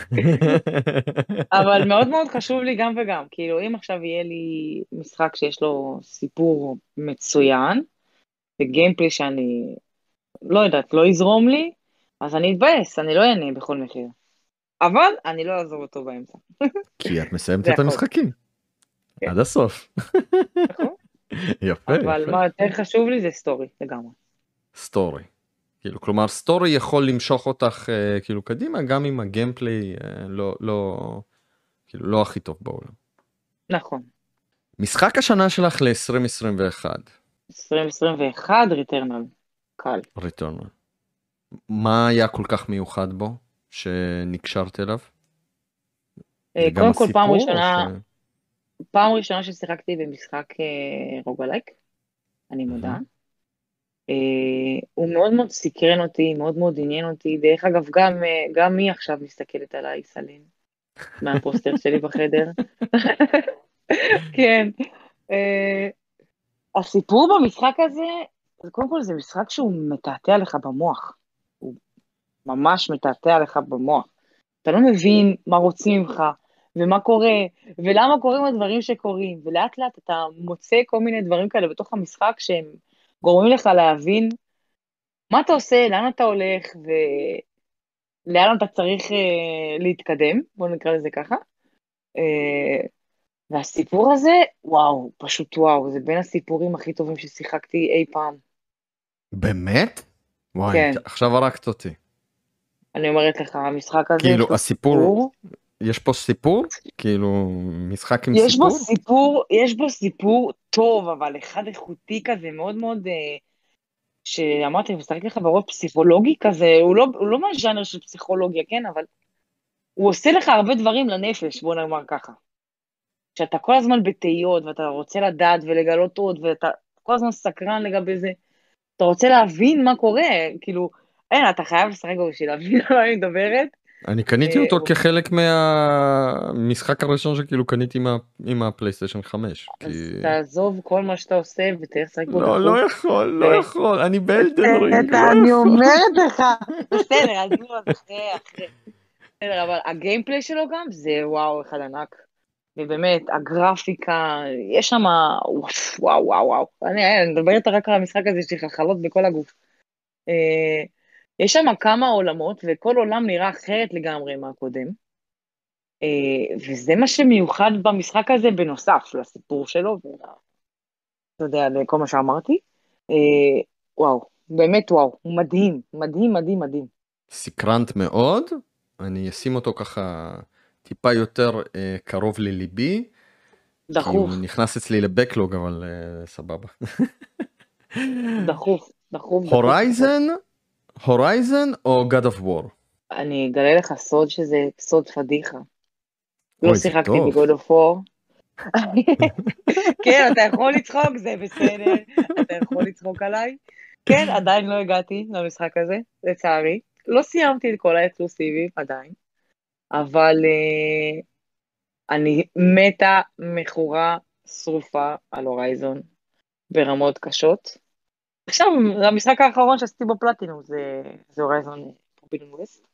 אבל מאוד מאוד חשוב לי גם וגם. כאילו, אם עכשיו יהיה לי משחק שיש לו סיפור מצוין, וגיימפלי שאני לא יודעת, לא יזרום לי, אז אני אתבאס, אני לא אענה בכל מחיר. אבל אני לא אעזוב אותו באמצע. כי את מסיימת זה את הכל, המשחקים כן, עד הסוף. נכון? יפה, אבל יפה. מה יותר חשוב לי זה סטורי, לגמרי. סטורי. כאילו, כלומר, סטורי יכול למשוך אותך אה, כאילו קדימה, גם אם הגיימפליי אה, לא, לא, כאילו, לא הכי טוב בעולם. נכון. משחק השנה שלך ל-עשרים עשרים ואחת. עשרים עשרים ואחת ריטרנל, קל. ריטורנל. מה היה כל כך מיוחד בו שנקשרת אליו? אה, זה גם קודם כל, פעם הסיפור או ש... ראשונה, פעם ראשונה ששיחקתי במשחק אה, רוגלייק, אני מודה. מהמם. אה, הוא מאוד מאוד סקרן אותי, מאוד מאוד עניין אותי. דרך אגב, גם, אה, גם היא עכשיו מסתכלת עליי, סלין, מהפוסטר שלי בחדר. כן. אה, הסיפור במשחק הזה, אז קודם כל זה משחק שהוא מתעתע לך במוח. הוא ממש מתעתע לך במוח. אתה לא מבין מה רוצים ממך, ומה קורה, ולמה קורים הדברים שקורים, ולאט לאט אתה מוצא כל מיני דברים כאלה בתוך המשחק שהם גורמים לך להבין מה אתה עושה, לאן אתה הולך, ולאן אתה צריך אה, להתקדם, בוא נקרא לזה ככה. אה, והסיפור הזה, וואו, פשוט וואו, זה בין הסיפורים הכי טובים ששיחקתי אי פעם. באמת? וואי, כן, עכשיו הרגת אותי. אני אומרת לך, המשחק הזה יש כאילו, לו הסיפור, סיפור, יש פה סיפור? כאילו, משחק עם יש בו סיפור? סיפור, יש בו סיפור טוב, אבל אחד איכותי כזה, מאוד מאוד, אה, שאמרתי, אני משחק לך בראש פסיכולוגי כזה, הוא לא, הוא לא מהז'אנר של פסיכולוגיה, כן, אבל הוא עושה לך הרבה דברים לנפש, בוא נאמר ככה. שאתה כל הזמן בתהיות, ואתה רוצה לדעת ולגלות עוד, ואתה כל הזמן סקרן לגבי זה, אתה רוצה להבין מה קורה, כאילו, אין, אתה חייב לשחק בו בשביל להבין על מה אני מדברת, אני קניתי אותו כחלק מהמשחק הראשון שכאילו קניתי עם הפלייסטיישן חמש. אז תעזוב כל מה שאתה עושה ותלך לשחק בו לא, דחוף. לא יכול, לא יכול, אני באלדן רינג, לא אני יכול. אומרת לך, בסדר, אז נו, אז אחרי, אחרי. בסדר, אבל הגיימפליי שלו גם זה וואו, אחד ענק. ובאמת, הגרפיקה, יש שם, וואו, וואו, וואו. אני, אני מדברת רק על המשחק הזה, יש לי חלחלות בכל הגוף. אה, יש שם כמה עולמות, וכל עולם נראה אחרת לגמרי מהקודם. אה, וזה מה שמיוחד במשחק הזה, בנוסף לסיפור שלו, אתה יודע, לכל מה שאמרתי. אה, וואו, באמת וואו, מדהים, מדהים, מדהים, מדהים. סקרנט מאוד, אני אשים אותו ככה טיפה יותר אה, קרוב לליבי, כי דחוף, הוא נכנס אצלי לבקלוג, אבל אה, סבבה. דחוף, דחוף, דחוף. הורייזן, הורייזן או God of War? אני אגלה לך סוד שזה סוד פדיחה. לא אוי, זה שיחקתי טוב. בגוד אוף וור. כן, אתה יכול לצחוק, זה בסדר. אתה יכול לצחוק עליי. כן, עדיין לא הגעתי למשחק הזה, לצערי. לא סיימתי את כל האקסקלוסיבים, עדיין. אבל uh, אני מתה, מכורה, שרופה על הורייזון ברמות קשות. עכשיו, המשחק האחרון שעשיתי בו פלטינום זה, זה הורייזון פורבידן ווסט.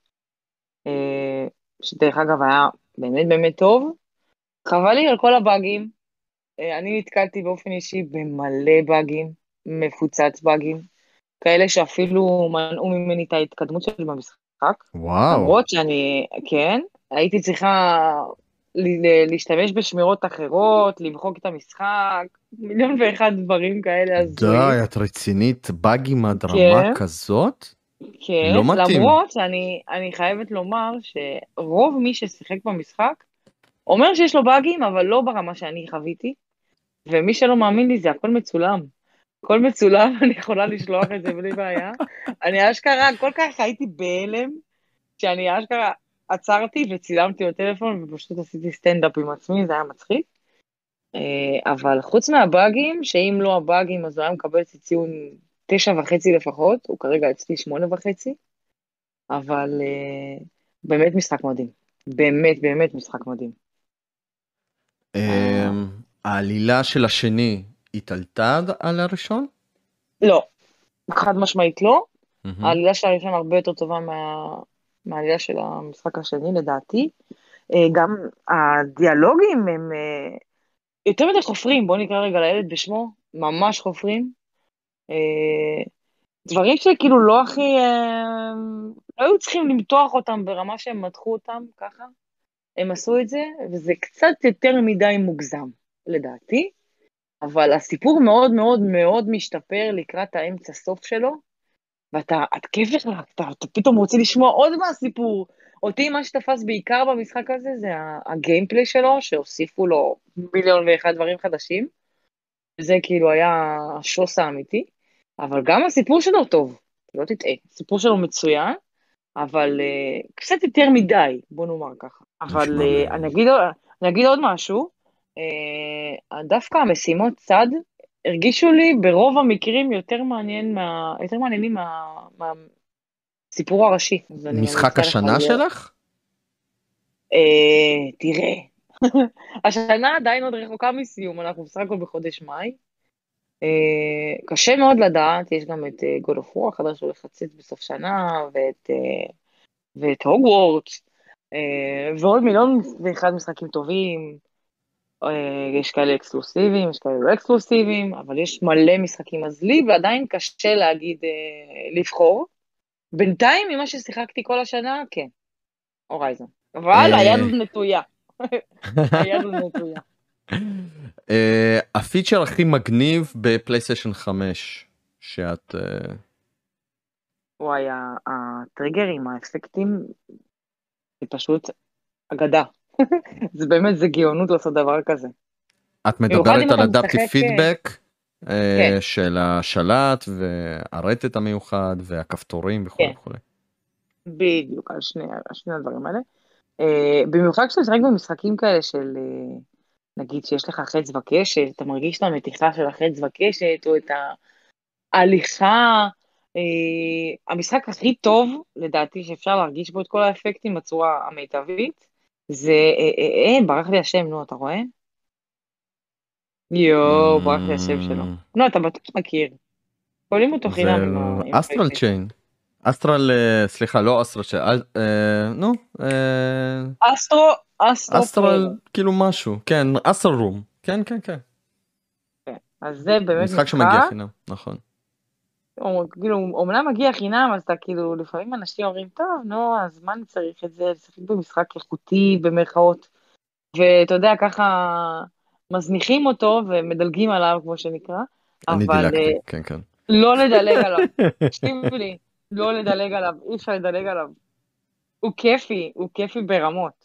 שדרך אגב היה באמת באמת טוב. חבל לי על כל הבאגים. אה, אני נתקלתי באופן אישי במלא באגים, מפוצץ באגים, כאלה שאפילו מנעו ממני את ההתקדמות שלי במשחק. וואו. למרות שאני, כן, הייתי צריכה ל- להשתמש בשמירות אחרות, למחוק את המשחק, מיליון ואחד דברים כאלה הזויים. די, את רצינית, באגים עד רמה כן. כזאת? כן, לא מתאים. למרות שאני אני חייבת לומר שרוב מי ששיחק במשחק אומר שיש לו באגים, אבל לא ברמה שאני חוויתי, ומי שלא מאמין לי זה הכל מצולם. הכל מצולם, אני יכולה לשלוח את זה בלי בעיה. אני אשכרה, כל כך הייתי בהלם, שאני אשכרה עצרתי וצילמתי בטלפון, ופשוט עשיתי סטנדאפ עם עצמי, זה היה מצחיק. אה, אבל חוץ מהבאגים, שאם לא הבאגים, אז הוא היה מקבל ציון תשע וחצי לפחות, הוא כרגע אצלי שמונה וחצי, אבל uh, באמת משחק מדהים. באמת, באמת משחק מדהים. אמ, העלילה של השני התעלתה על הראשון? לא, חד משמעית לא. מהמם. העלילה של הראשון הרבה יותר טובה מה... מהעלילה של המשחק השני, לדעתי. אה, גם הדיאלוגים הם אה, יותר מדי חופרים, בואו נקרא רגע לילד בשמו, ממש חופרים. אה, דברים שכאילו לא הכי... אה, לא היו צריכים למתוח אותם ברמה שהם מתחו אותם ככה. הם עשו את זה, וזה קצת יותר מדי מוגזם, לדעתי, אבל הסיפור מאוד מאוד מאוד משתפר לקראת האמצע סוף שלו, ואתה, את כיף לך, אתה, אתה פתאום רוצה לשמוע עוד מהסיפור. אותי מה שתפס בעיקר במשחק הזה, זה הגיימפליי שלו, שהוסיפו לו מיליון ואחד דברים חדשים, וזה כאילו היה השוס האמיתי, אבל גם הסיפור שלו טוב, לא תטעה, הסיפור שלו מצוין, אבל uh, קצת יותר מדי, בוא נאמר ככה. אבל נשמע uh, מ- אני, אגיד, אני אגיד עוד משהו, uh, דווקא המשימות צד הרגישו לי ברוב המקרים יותר מעניין מה, יותר מעניינים מה, מהסיפור הראשי. אז אני משחק ממליצה לך השנה על- שלך? Uh, תראה, השנה עדיין עוד רחוקה מסיום, אנחנו בסך הכל בחודש מאי. Uh, קשה מאוד לדעת, יש גם את uh, God of War החדש שהולך לצאת בסוף שנה, ואת... Uh, ואת הוגוורטס, אה, ועוד מיליון ואחד משחקים טובים, אה, יש כאלה אקסקלוסיביים, יש כאלה לא אקסקלוסיביים, אבל יש מלא משחקים, אז לי ועדיין קשה להגיד, אה, לבחור. בינתיים, ממה ששיחקתי כל השנה, כן, הורייזון. אבל אה, היד עוד נטויה. היד עוד נטויה. אה, הפיצ'ר הכי מגניב בפלייסטיישן חמש שאת אה, וואי, ה- הטריגרים, האפקטים, זה פשוט אגדה. זה באמת, זה גאונות לעשות דבר כזה. את במיוחד מדברת אם על אתה אדפטיב משחק, אה, פידבק כן. של השלט והרטט המיוחד והכפתורים וכו' כן. וכו'. בדיוק, על שני, על שני הדברים האלה. Uh, במיוחד כשאתה משחק במשחקים כאלה של, uh, נגיד שיש לך חץ וקשת, אתה מרגיש את המתיחה של החץ וקשת, או את ההליכה אה, המשחק הכי טוב, לדעתי, שאפשר להרגיש בו את כל האפקטים בצורה המיטבית, זה, אה, אה, אה, ברח לי השם, נו, אתה רואה? יואו, ברח לי השם שלו. Mm, לא, אתה בטוח מכיר. קולים אותו זה חינם עם ה- עם אסטרל הפלייסטיישן. צ'יין. אסטרל, אה, סליחה, לא אסטרל צ'יין, אל- אה, נו, אה, אסטרו, אסטרו אסטרל, פליירו. כאילו משהו, כן, אסטרל רום, כן, כן, כן. כן. אז זה באמת משחק שמגיע משחק, חינם, נכון. או, כאילו, אומנם מגיע חינם, אז אתה כאילו, לפעמים אנשים אומרים, טוב, נו, אז מה אני צריך את זה? לשחק במשחק איכותי, במרכאות. ואתה יודע, ככה מזניחים אותו ומדלגים עליו, כמו שנקרא, אני אבל דילגתי, אה, כן, כן. לא לדלג עליו. תקשיבי לי, לא לדלג עליו, אי אפשר לדלג עליו. הוא כיפי, הוא כיפי ברמות.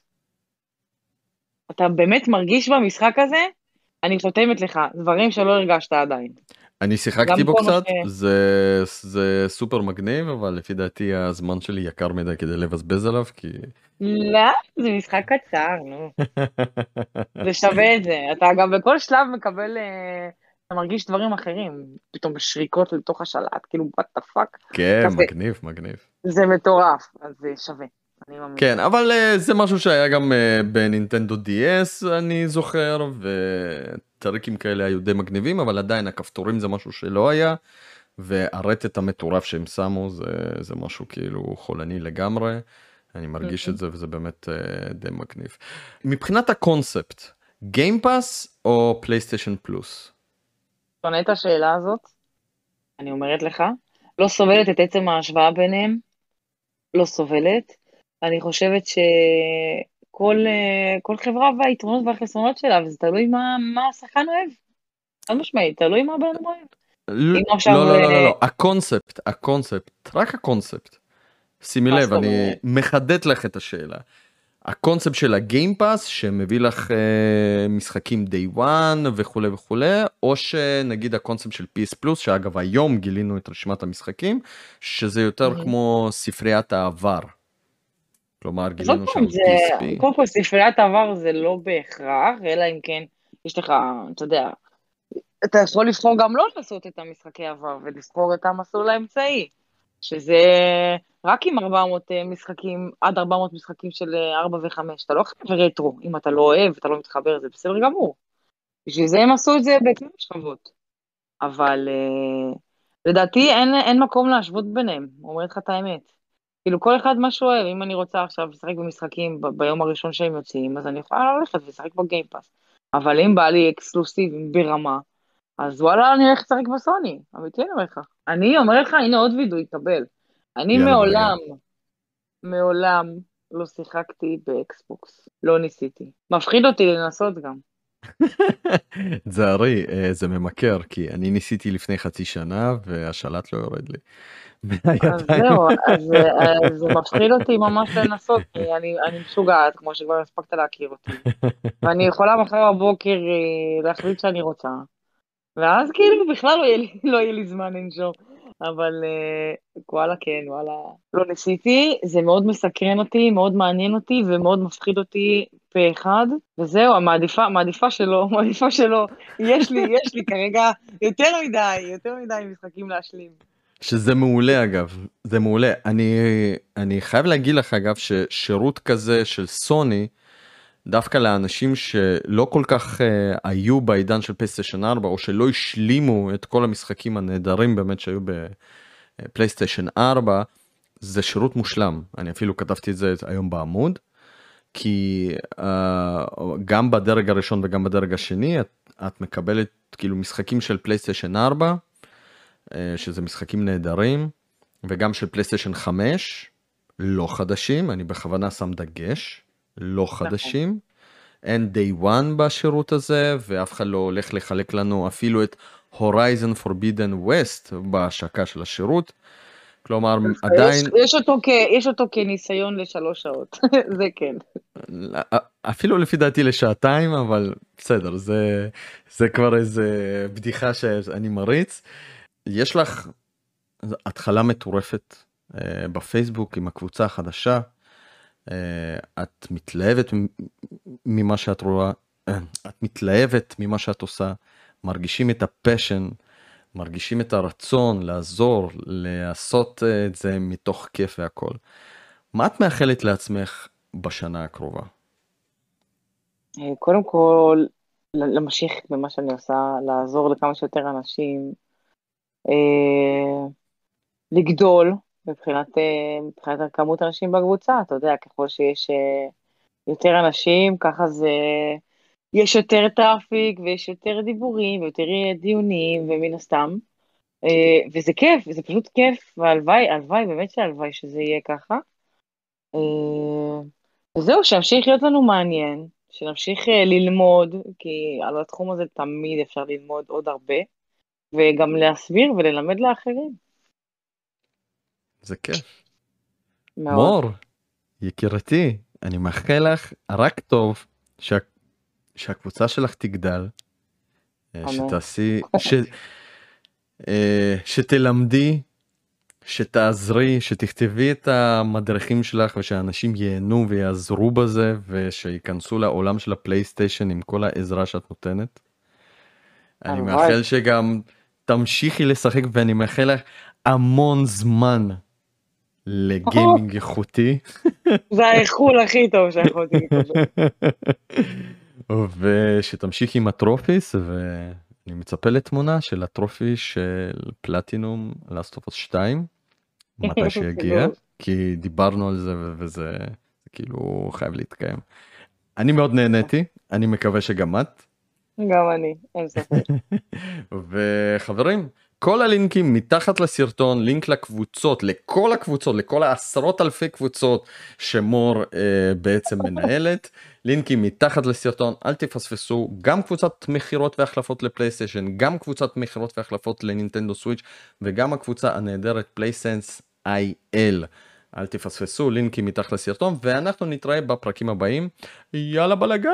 אתה באמת מרגיש במשחק הזה, אני חותמת לך, דברים שלא הרגשת עדיין. אני גם שיחקתי בו כל מה ש... קצת, זה, זה סופר מגניב, אבל לפי דעתי הזמן שלי יקר מדי כדי לבזבז עליו, כי... לא, זה משחק קצר, נו. זה שווה את זה. אתה גם בכל שלב מקבל, אה, אתה מרגיש דברים אחרים. פתאום שריקות לתוך השלט, כאילו, what the fuck. כן, כזה, מגניב, מגניב. זה מטורף, אז זה שווה. אני ממליצה. כן, אבל uh, זה משהו שהיה גם uh, בנינטנדו די אס, אני זוכר, וטריקים כאלה היו די מגניבים, אבל עדיין הכפתורים זה משהו שלא היה, והרטט המטורף שהם שמו זה, זה משהו כאילו חולני לגמרי, אני מרגיש את זה וזה באמת uh, די מגניב. מבחינת הקונספט, גיימפאס או פלייסטיישן פלוס? שונא את השאלה הזאת, אני אומרת לך, לא סובלת את עצם ההשוואה ביניהם, לא סובלת. אני חושבת שכל אה, כל חברה והיתרונות והחסרונות שלה, וזה תלוי מה, מה השחקן אוהב. חד משמעית, תלוי מה הבן אדם אוהב. לא, אם עכשיו, לא, לא, לא, אה, לא, הקונספט, הקונספט, רק הקונספט. שימי מה לב, זאת אני אומרת? מחדד לך את השאלה. הקונספט של הגיימפאס שמביא לך אה, משחקים day one וכולי וכולי, או שנגיד הקונספט של פי אס פלוס, שאגב היום גילינו את רשימת המשחקים, שזה יותר מהמם. כמו ספריית העבר. כלומר אז עוד גילינו פעם, שם זה, פי אס פי. קודם כל ספריית עבר זה לא בהכרח, אלא אם כן, יש לך, אתה יודע, אתה יכול לבחור גם לא לעשות את המשחקי עבר, ולבחור את המסלול האמצעי, שזה רק עם ארבע מאות אה, משחקים, עד ארבע מאות משחקים של אה, ארבע וחמש, אתה לא חייב רטרו, אם אתה לא אוהב, אתה לא מתחבר, זה בסדר גמור. בשביל זה הם עשו את זה בכמה שכבות. אבל אה, לדעתי אין, אין מקום להשוות ביניהם, אומרת לך את האמת. כאילו כל אחד מה שהוא אוהב, אם אני רוצה עכשיו לשחק במשחקים ב- ביום הראשון שהם יוצאים, אז אני יכולה ללכת ולשחק בגיימפאס. אבל אם בא לי אקסקלוסיב ברמה, אז וואלה, אני הולך לשחק בסוני, אמיתי אני אומר לך. אני אומר לך, הנה עוד וידוי, קבל. אני יאללה בלאגן. מעולם, מעולם לא שיחקתי באקסבוקס, לא ניסיתי. מפחיד אותי לנסות גם. תזהרי, אה, זה ממכר, כי אני ניסיתי לפני חצי שנה והשלט לא יורד לי אז מהידיים. זהו, אז, אז זה מפחיד אותי ממש לנסות, כי אני, אני משוגעת, כמו שכבר הספקת להכיר אותי. ואני יכולה מחר בבוקר אה, להחליט שאני רוצה, ואז כאילו בכלל לא יהיה לי, לא יהיה לי זמן לנשום. אבל אה, וואלה כן, וואלה. לא ניסיתי, זה מאוד מסקרן אותי, מאוד מעניין אותי ומאוד מפחיד אותי פה אחד, וזהו, מעדיפה, מעדיפה שלא, מעדיפה שלא. יש לי, יש לי כרגע יותר מדי, יותר מדי משחקים להשלים. שזה מעולה אגב, זה מעולה. אני, אני חייב להגיד לך אגב ששירות כזה של סוני, דווקא לאנשים שלא כל כך uh, היו בעידן של פלייסטיישן ארבע, או שלא השלימו את כל המשחקים הנהדרים באמת שהיו בפלייסטיישן ארבע, זה שירות מושלם. אני אפילו כתבתי את זה היום בעמוד, כי uh, גם בדרג הראשון וגם בדרג השני, את, את מקבלת כאילו משחקים של פלייסטיישן ארבע, שזה משחקים נהדרים, וגם של פלייסטיישן חמש, לא חדשים, אני בכוונה שם דגש, לא חדשים, אין day one בשירות הזה, ואף אחד לא הולך לחלק לנו אפילו את Horizon Forbidden West בהשקה של השירות, כלומר עדיין... יש, יש, אותו כ, יש אותו כניסיון לשלוש שעות, זה כן. אפילו לפי דעתי לשעתיים, אבל בסדר, זה, זה כבר איזה בדיחה שאני מריץ. יש לך התחלה מטורפת uh, בפייסבוק עם הקבוצה החדשה, uh, את מתלהבת ממה שאת רואה, uh, את מתלהבת ממה שאת עושה, מרגישים את הפשן, מרגישים את הרצון לעזור, לעשות את זה מתוך כיף והכל. מה את מאחלת לעצמך בשנה הקרובה? קודם כל, להמשיך במה שאני עושה, לעזור לכמה שיותר אנשים, אה, לגדול מבחינת, אה, מבחינת כמות אנשים בקבוצה, אתה יודע, ככל שיש אה, יותר אנשים, ככה זה, יש יותר טראפיק ויש יותר דיבורים ויותר דיונים ומן הסתם, אה, וזה כיף, וזה פשוט כיף, והלוואי, הלוואי, באמת שהלוואי שזה יהיה ככה. אה, וזהו, שימשיך להיות לנו מעניין, שנמשיך אה, ללמוד, כי על התחום הזה תמיד אפשר ללמוד עוד הרבה, וגם להסביר וללמד לאחרים. זה כיף. מאוד. מור, יקירתי, אני מאחל לך רק טוב, שה... שהקבוצה שלך תגדל, אמן. שתעשי, ש... אה, שתלמדי, שתעזרי, שתכתבי את המדריכים שלך ושאנשים ייהנו ויעזרו בזה ושיכנסו לעולם של הפלייסטיישן עם כל העזרה שאת נותנת. אני הלוואי. מאחל שגם תמשיכי לשחק ואני מאחל לך המון זמן לגיימינג איכותי. זה האיחול הכי טוב שיכולתי לקבל. ושתמשיך עם הטרופיס, ואני מצפה לתמונה של הטרופי של פלטינום לאסט אוף אס שתיים, מתי שיגיע, כי דיברנו על זה וזה כאילו חייב להתקיים. אני מאוד נהניתי, אני מקווה שגם את. גם אני, אין ספק. וחברים, כל הלינקים מתחת לסרטון, לינק לקבוצות, לכל הקבוצות, לכל העשרות אלפי קבוצות שמור אה, בעצם מנהלת, לינקים מתחת לסרטון, אל תפספסו, גם קבוצת מחירות והחלפות לפלייסטיישן, גם קבוצת מחירות והחלפות לנינטנדו סוויץ', וגם הקבוצה הנהדרת פלייסנס איי אל. אל תפספסו, לינקים מתחת לסרטון, ואנחנו נתראה בפרקים הבאים. יאללה בלגן!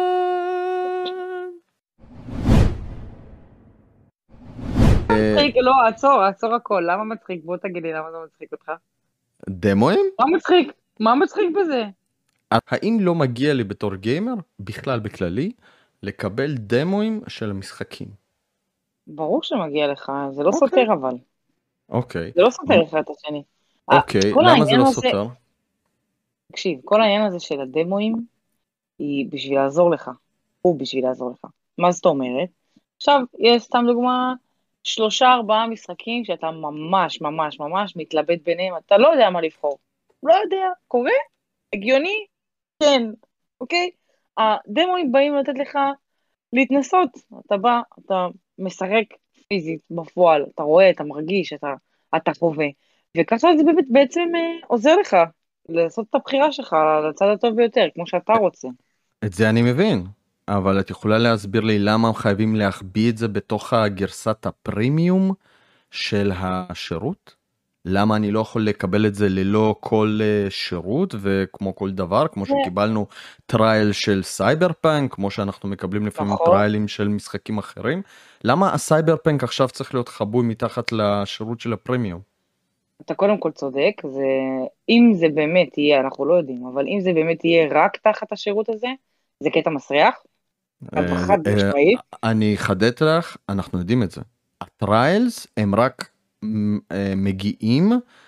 מצחיק, לא, עצור, עצור הכל, למה מצחיק? בוא תגיד לי למה זה מצחיק אותך. דמוים? מה מצחיק? מה מצחיק בזה? האם לא מגיע לי בתור גיימר, בכלל בכללי, לקבל דמוים של המשחקים? ברור שמגיע לך, זה לא אוקיי. סותר אבל. אוקיי. זה לא סותר אחד את השני. אוקיי, כל למה זה העניין לא הזה- סותר? תקשיב, כל העניין הזה של הדמוים היא בשביל לעזור לך. הוא בשביל לעזור לך. מה זאת אומרת? עכשיו, יש סתם דוגמה, שלושה ארבעה משחקים שאתה ממש ממש ממש מתלבט ביניהם, אתה לא יודע מה לבחור. לא יודע, קורה? הגיוני? כן, אוקיי? הדמוים באים לתת לך להתנסות. אתה בא, אתה משחק פיזית בפועל, אתה רואה, אתה מרגיש, אתה, אתה חווה. וככה זה באמת בעצם אה, עוזר לך לעשות את הבחירה שלך לצד הטוב ביותר, כמו שאתה רוצה. את זה אני מבין, אבל את יכולה להסביר לי למה הם חייבים להחביא את זה בתוך הגרסת הפרימיום של השירות? למה אני לא יכול לקבל את זה ללא כל uh, שירות וכמו כל דבר, כמו שקיבלנו טרייל של סייבר פאנק, כמו שאנחנו מקבלים לפעמים נכון. טריילים של משחקים אחרים? למה הסייבר פאנק עכשיו צריך להיות חבוי מתחת לשירות של הפרימיום? אתה קודם כל צודק, זה, אם זה באמת יהיה, אנחנו לא יודעים, אבל אם זה באמת יהיה רק תחת השירות הזה, זה קטע מסריח, אה, חד אה, משמעית. אני אחדד לך, אנחנו יודעים את זה. הטריילס הם רק מ- אה, מגיעים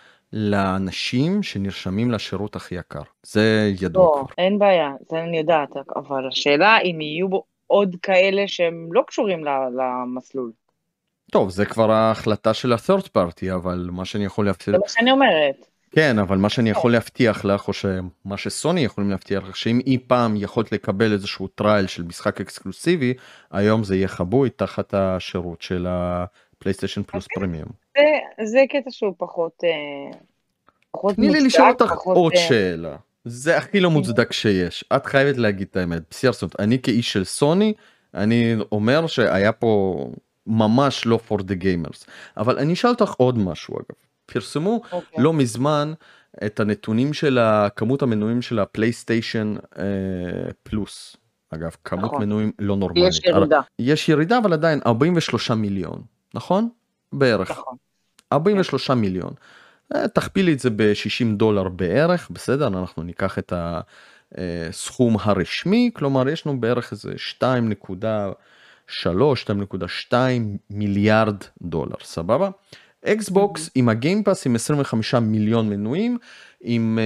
לאנשים שנרשמים לשירות הכי יקר. זה ידוע לא, כבר. אין בעיה, זה אני יודעת, אבל השאלה אם יהיו בו עוד כאלה שהם לא קשורים ל- למסלול. טוב, זה כבר ההחלטה של ה-third party, אבל מה שאני יכול להבטיח, זה מה שאני אומרת. כן, אבל מה שאני יכול להבטיח לך, או שמה שסוני יכולים להבטיח לך, שאם אי פעם יכולת לקבל איזשהו טרייל של משחק אקסקלוסיבי, היום זה יהיה חבוי תחת השירות של הפלייסטיישן פלוס פרימיום. זה, זה קטע שהוא פחות, אה, פחות תני לי מוצדק, לשאול אותך פחות, עוד אה, שאלה. זה הכי לא מוצדק שיש. את חייבת להגיד את האמת. בסיירסות, אני כאיש של סוני, אני אומר שהיה פה ממש לא for the gamers. אבל אני אשאל אותך עוד משהו אגב. פרסמו אוקיי. לא מזמן את הנתונים של כמות המנויים של הפלייסטיישן אה, פלוס. אגב, כמות נכון. מנויים לא נורמלית. יש ירידה. יש ירידה, אבל עדיין ארבעים ושלושה מיליון, נכון? בערך. נכון. ארבעים ושלושה מיליון. אה, תכפילי את זה ב-שישים דולר בערך, בסדר, אנחנו ניקח את הסכום הרשמי, כלומר יש לנו בערך איזה שתיים נקודה שלוש, שתיים נקודה שתיים מיליארד דולר, סבבה? אקסבוקס עם הגיימפאס עם עשרים וחמישה מיליון מנויים, עם,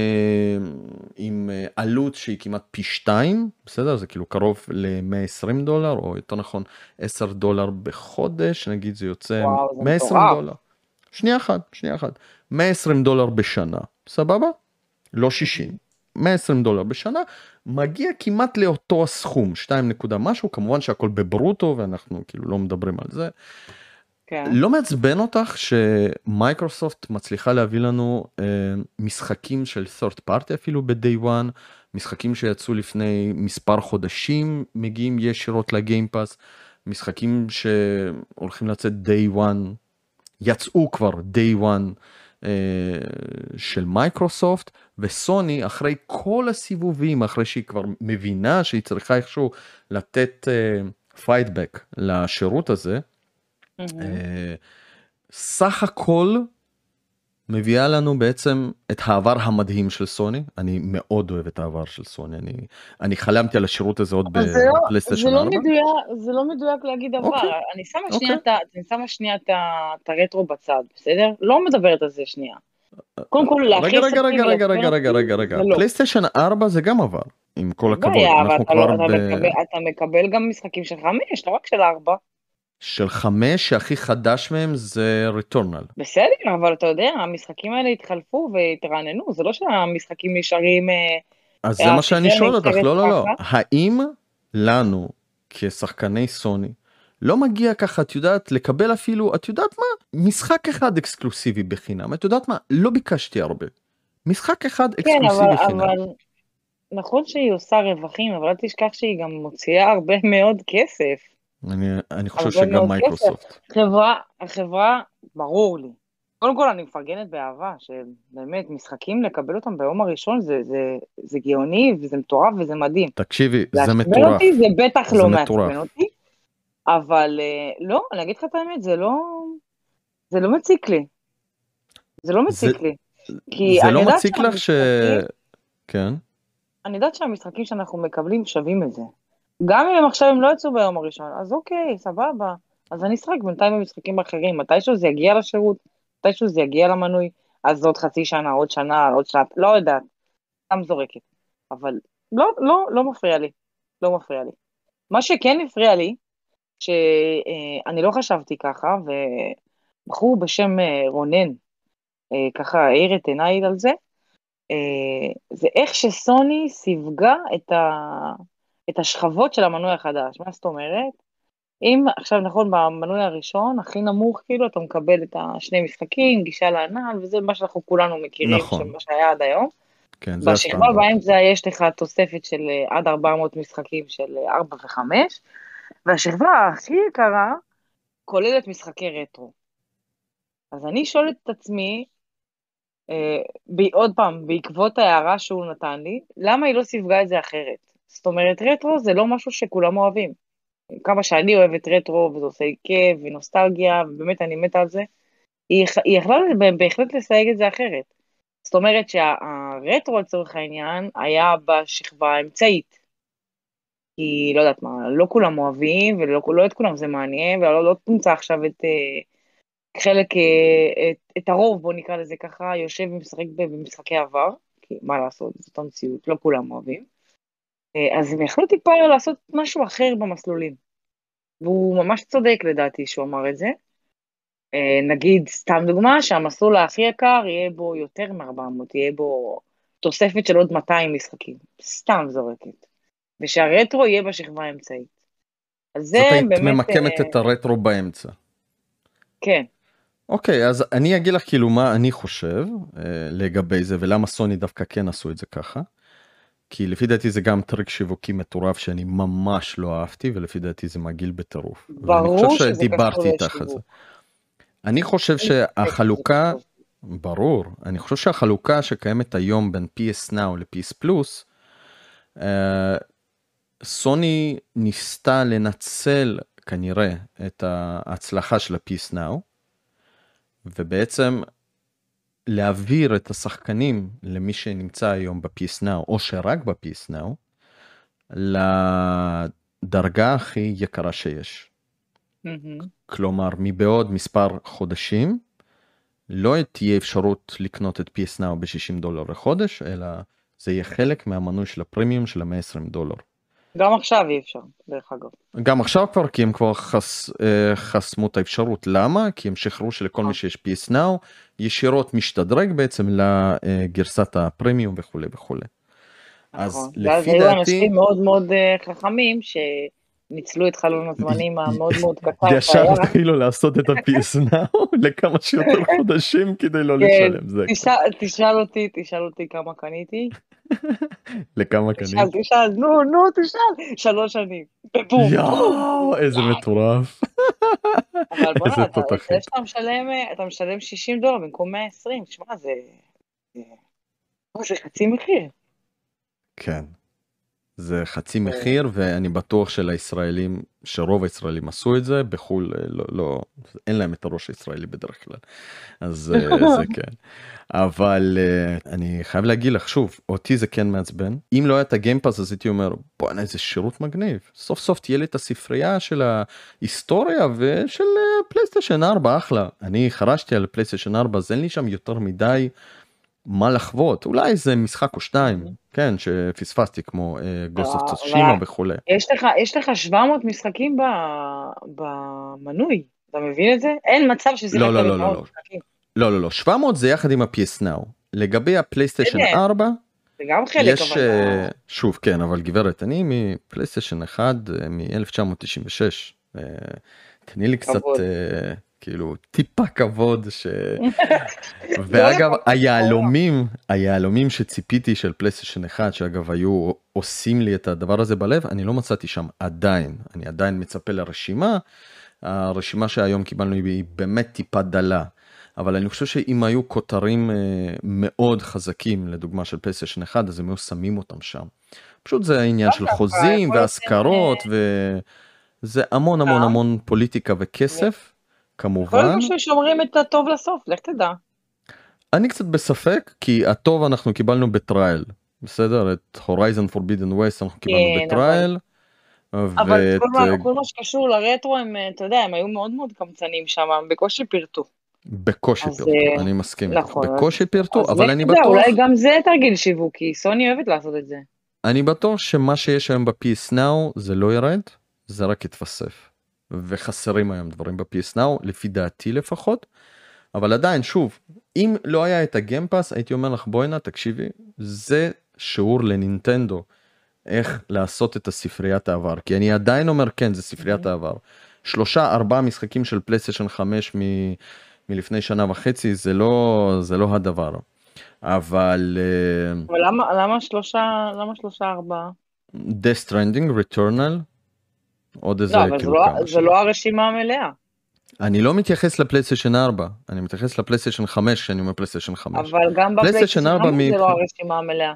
עם עלות שהיא כמעט פי שתיים, בסדר? זה כאילו קרוב ל-מאה ועשרים דולר, או יותר נכון עשרה דולר בחודש, נגיד זה יוצא וואו, זה מאה ועשרים מטורף. דולר. שנייה אחת, שנייה אחת. מאה ועשרים דולר בשנה, סבבה? לא שישים. מאה ועשרים דולר בשנה, מגיע כמעט לאותו הסכום, שתיים נקודה משהו, כמובן שהכל בברוטו, ואנחנו כאילו לא מדברים על זה. כן. לא מעצבן אותך שמייקרוסופט מצליחה להביא לנו אה, משחקים של third party אפילו ב-day one, משחקים שיצאו לפני מספר חודשים, מגיעים ישירות לגיימפאס, משחקים שהולכים לצאת day one, יצאו כבר day one אה, של מייקרוסופט, וסוני אחרי כל הסיבובים, אחרי שהיא כבר מבינה שהיא צריכה איכשהו לתת פיידבק uh, לשירות הזה, mm-hmm. uh, סך הכל מביאה לנו בעצם את העבר המדהים של סוני. אני מאוד אוהב את העבר של סוני, אני, אני חלמתי על השירות הזה עוד בפלייסטיישן ארבע. זה לא מדויק, זה לא מדויק להגיד דבר, okay. אני שמה okay. שנייה, אני שמה שנייה את הרטרו בצד, בסדר? לא מדברת על זה שנייה. קודם כל, רגע, רגע, רגע, רגע, רגע, רגע, רגע, רגע, פלייסטיישן ארבע זה גם עבר, עם כל הכבוד. אנחנו כבר ב... אתה מקבל גם משחקים של חמש, לא רק של ארבע. של חמש, שהכי חדש מהם זה Returnal. בסדר, אבל אתה יודע, המשחקים האלה התחלפו והתרעננו, זה לא שהמשחקים נשארים... אז זה מה שאני שואל אותך, לא, לא, לא. האם לנו, כשחקני סוני, לא מגיע ככה, את יודעת, לקבל אפילו, את יודעת מה? משחק אחד אקסקלוסיבי בחינם, את יודעת מה? לא ביקשתי הרבה. משחק אחד אקסקלוסיבי כן, חינם. אבל נכון שהיא עושה רווחים, אבל אל תשכח שהיא גם מוציאה הרבה מאוד כסף. אני, אני חושב שגם מייקרוסופט. חברה, החברה, ברור לי. קודם כל אני מפרגנת באהבה, שבאמת משחקים לקבל אותם ביום הראשון, זה, זה, זה גאוני וזה מטורף וזה מדהים. תקשיבי, זה מטורף. אותי, זה בטח לא מעצבן אותי. אבל לא, אני אגיד לך את האמת, זה לא, זה לא מציק לי. זה לא מציק זה, לי. זה לא מציק לך ש... כן. אני יודעת שהמשחקים שאנחנו מקבלים שווים את זה. גם אם הם עכשיו הם לא יצאו ביום הראשון, אז אוקיי, סבבה. אז אני אשחק בינתיים במשחקים אחרים. מתישהו זה יגיע לשירות, מתישהו זה יגיע למנוי, אז עוד חצי שנה, עוד שנה, עוד שנה, לא יודעת. גם זורקת. אבל לא, לא, לא מפריע לי. לא מפריע לי. מה שכן הפריע לי, שאני לא חשבתי ככה, ובחור בשם רונן, ככה העיר את עיניי על זה, זה איך שסוני סיווגה את, ה... את השכבות של המנוי החדש. מה זאת אומרת? אם עכשיו נכון במנוי הראשון, הכי נמוך כאילו, אתה מקבל את השני משחקים, גישה לענן, וזה מה שאנחנו כולנו מכירים, נכון. מה שהיה עד היום. כן, זה בשכבה באמצע יש לך תוספת של עד ארבע מאות משחקים של ארבע וחמש, והשכבה הכי יקרה כוללת משחקי רטרו. אז אני שואלת את עצמי, אה, ב- עוד פעם, בעקבות ההערה שהוא נתן לי, למה היא לא סיווגה את זה אחרת? זאת אומרת, רטרו זה לא משהו שכולם אוהבים. כמה שאני אוהבת רטרו, וזה עושה לי כיף ונוסטלגיה, ובאמת אני מתה על זה, היא, היא יכלה בהחלט לסייג את זה אחרת. זאת אומרת שהרטרו לצורך העניין היה בשכבה האמצעית. כי לא יודעת מה, לא כולם אוהבים, ולא לא את כולם זה מעניין, ולא לא תמצא עכשיו את חלק, את, את הרוב, בוא נקרא לזה ככה, יושב ומשחק במשחקי עבר, כי מה לעשות, זאת המציאות, לא כולם אוהבים. אז הם יכלו טיפה לעשות משהו אחר במסלולים. והוא ממש צודק לדעתי שהוא אמר את זה. נגיד, סתם דוגמה, שהמסלול הכי יקר יהיה בו יותר מ-ארבע מאות, יהיה בו תוספת של עוד מאתיים משחקים. סתם זורקת. ושהרטרו יהיה בשכבה האמצעית. אז זה באמת... זאת ממקמת את הרטרו באמצע. כן. אוקיי, אז אני אגיד לך כאילו מה אני חושב לגבי זה, ולמה סוני דווקא כן עשו את זה ככה. כי לפי דעתי זה גם טריק שיווקי מטורף שאני ממש לא אהבתי, ולפי דעתי זה מגעיל בטירוף. ברור שזה שדיברתי איתך על זה. אני חושב שהחלוקה, ברור, אני חושב שהחלוקה שקיימת היום בין פי אס Now ל-פי אס Plus, סוני ניסתה לנצל כנראה את ההצלחה של ה-פי אס Now, ובעצם להעביר את השחקנים למי שנמצא היום ב-פי אס Now, או שרק ב-פי אס Now, לדרגה הכי יקרה שיש. מהמם. כלומר, מבעוד מספר חודשים, לא תהיה אפשרות לקנות את פי אס נאו ב-שישים דולר לחודש, אלא זה יהיה חלק מהמנוי של הפרימיום של ה-מאה ועשרים דולר. גם עכשיו אי אפשר, דרך אגב. גם עכשיו כבר, כי הם כבר חס, אה, חסמו את האפשרות. למה? כי הם שחררו שלכל מי שיש פי אס נאו, ישירות משתדרג בעצם לגרסת הפרימיום וכו' וכו'. אז נכון. ואז לפי היו דעתי, אנשים מאוד מאוד אה, חכמים שניצלו את חלון הזמנים המאוד מאוד קצר ישר שהיה. התחילו לעשות את ה-פי אס נאו לכמה שיותר חודשים כדי לא כן, לשלם, זה הכל. תשאל, תשאל אותי, תשאל אותי כמה קניתי. לכמה תשאל, קנית? תשאל, נו, נו, תשאל. שלוש שנים. בבום. יואו, איזה מטורף. אבל איזה בוא'נה, אתה, זה תותחים. שאתה משלם, אה, אתה משלם שישים דולר במקום מאה ועשרים, תשמע, זה... זה זה חצי מחיר. כן. זה חצי מחיר, ואני בטוח שלישראלים, שרוב הישראלים עשו את זה, בחול לא, לא, אין להם את הראש הישראלי בדרך כלל, אז אה, זה כן. אבל אה, אני חייב להגיד לך, שוב, אותי זה כן מעצבן. אם לא היה את הגיימפאס, אז הייתי אומר, בוא'נה, איזה שירות מגניב. סוף סוף תהיה לי את הספרייה של ההיסטוריה ושל אה, פלייסטיישן ארבע, אחלה. אני חרשתי על פלייסטיישן ארבע, אז אין לי שם יותר מדי מה לחוות, אולי זה משחק או שניים, כן, שפספסתי כמו גוסט אוף צושימה וכולי. יש לך, יש לך שבע מאות משחקים ב, במנוי, אתה מבין את זה? אין מצב ששיחקת לא, לא, לא, ב-שבע לא, מאות לא, משחקים. לא, לא, לא, שבע מאות זה יחד עם ה-פי אס נאו. לגבי הפלייסטיישן ארבע, זה גם חלק, יש, אבל... אה, שוב, כן, אבל גברת, אני מפלייסטיישן אחד מ-אלף תשע מאות תשעים ושש, אה, תני לי קצת, כבוד. אה, כאילו, טיפה כבוד, ש... לא ואגב, יכול- היהלומים, היהלומים שציפיתי של פלייסטיישן אחד, שאגב היו עושים לי את הדבר הזה בלב, אני לא מצאתי שם עדיין, אני עדיין מצפה לרשימה, הרשימה שהיום קיבלנו היא באמת טיפה דלה, אבל אני חושב שאם היו כותרים מאוד חזקים, לדוגמה של פלייסטיישן אחד, אז הם היו שמים אותם שם. פשוט זה העניין של חוזים והשכרות, וזה המון המון המון פוליטיקה וכסף, כמובן. כל מה ששומרים את הטוב לסוף, לך תדע. אני קצת בספק, כי הטוב אנחנו קיבלנו בטרייל, בסדר? את Horizon Forbidden West אנחנו קיבלנו כן, בטרייל. אבל כל מה, ואת... כל מה שקשור לרטרו, הם, אתה יודע, הם היו מאוד מאוד קמצנים שם, הם בקושי פירטו. בקושי אז, פירטו, אה, אני מסכים איתך, נכון, בקושי אז, פירטו, אז אבל לך אני תדע, בטוח, אולי גם זה תרגיל שיווקי, סוני אוהבת לעשות את זה. אני בטוח שמה שיש היום ב-פי אס נאו זה לא ירד, זה רק יתווסף. וחסרים היום דברים ב-פי אס נאו, לפי דעתי לפחות, אבל עדיין, שוב, אם לא היה את הגיימפאס, הייתי אומר לך, בואי נא, תקשיבי, זה שיעור לנינטנדו, איך לעשות את הספריית העבר, כי אני עדיין אומר, כן, זה ספריית העבר. שלושה, ארבעה משחקים של פלייסטיישן חמש מ... מלפני שנה וחצי, זה לא, זה לא הדבר. אבל... אבל למה, למה שלושה, למה שלושה ארבעה? Death Stranding, Returnal, עוד איזה לא, אבל זה כאילו לא, כמה זה שנים. לא הרשימה המלאה. אני לא מתייחס לפלייסטיישן ארבע, אני מתייחס לפלייסטיישן חמש, כשאני אומר פלייסטיישן חמש. אבל גם בפלייסטיישן ארבע חמש זה מ- לא הרשימה המלאה.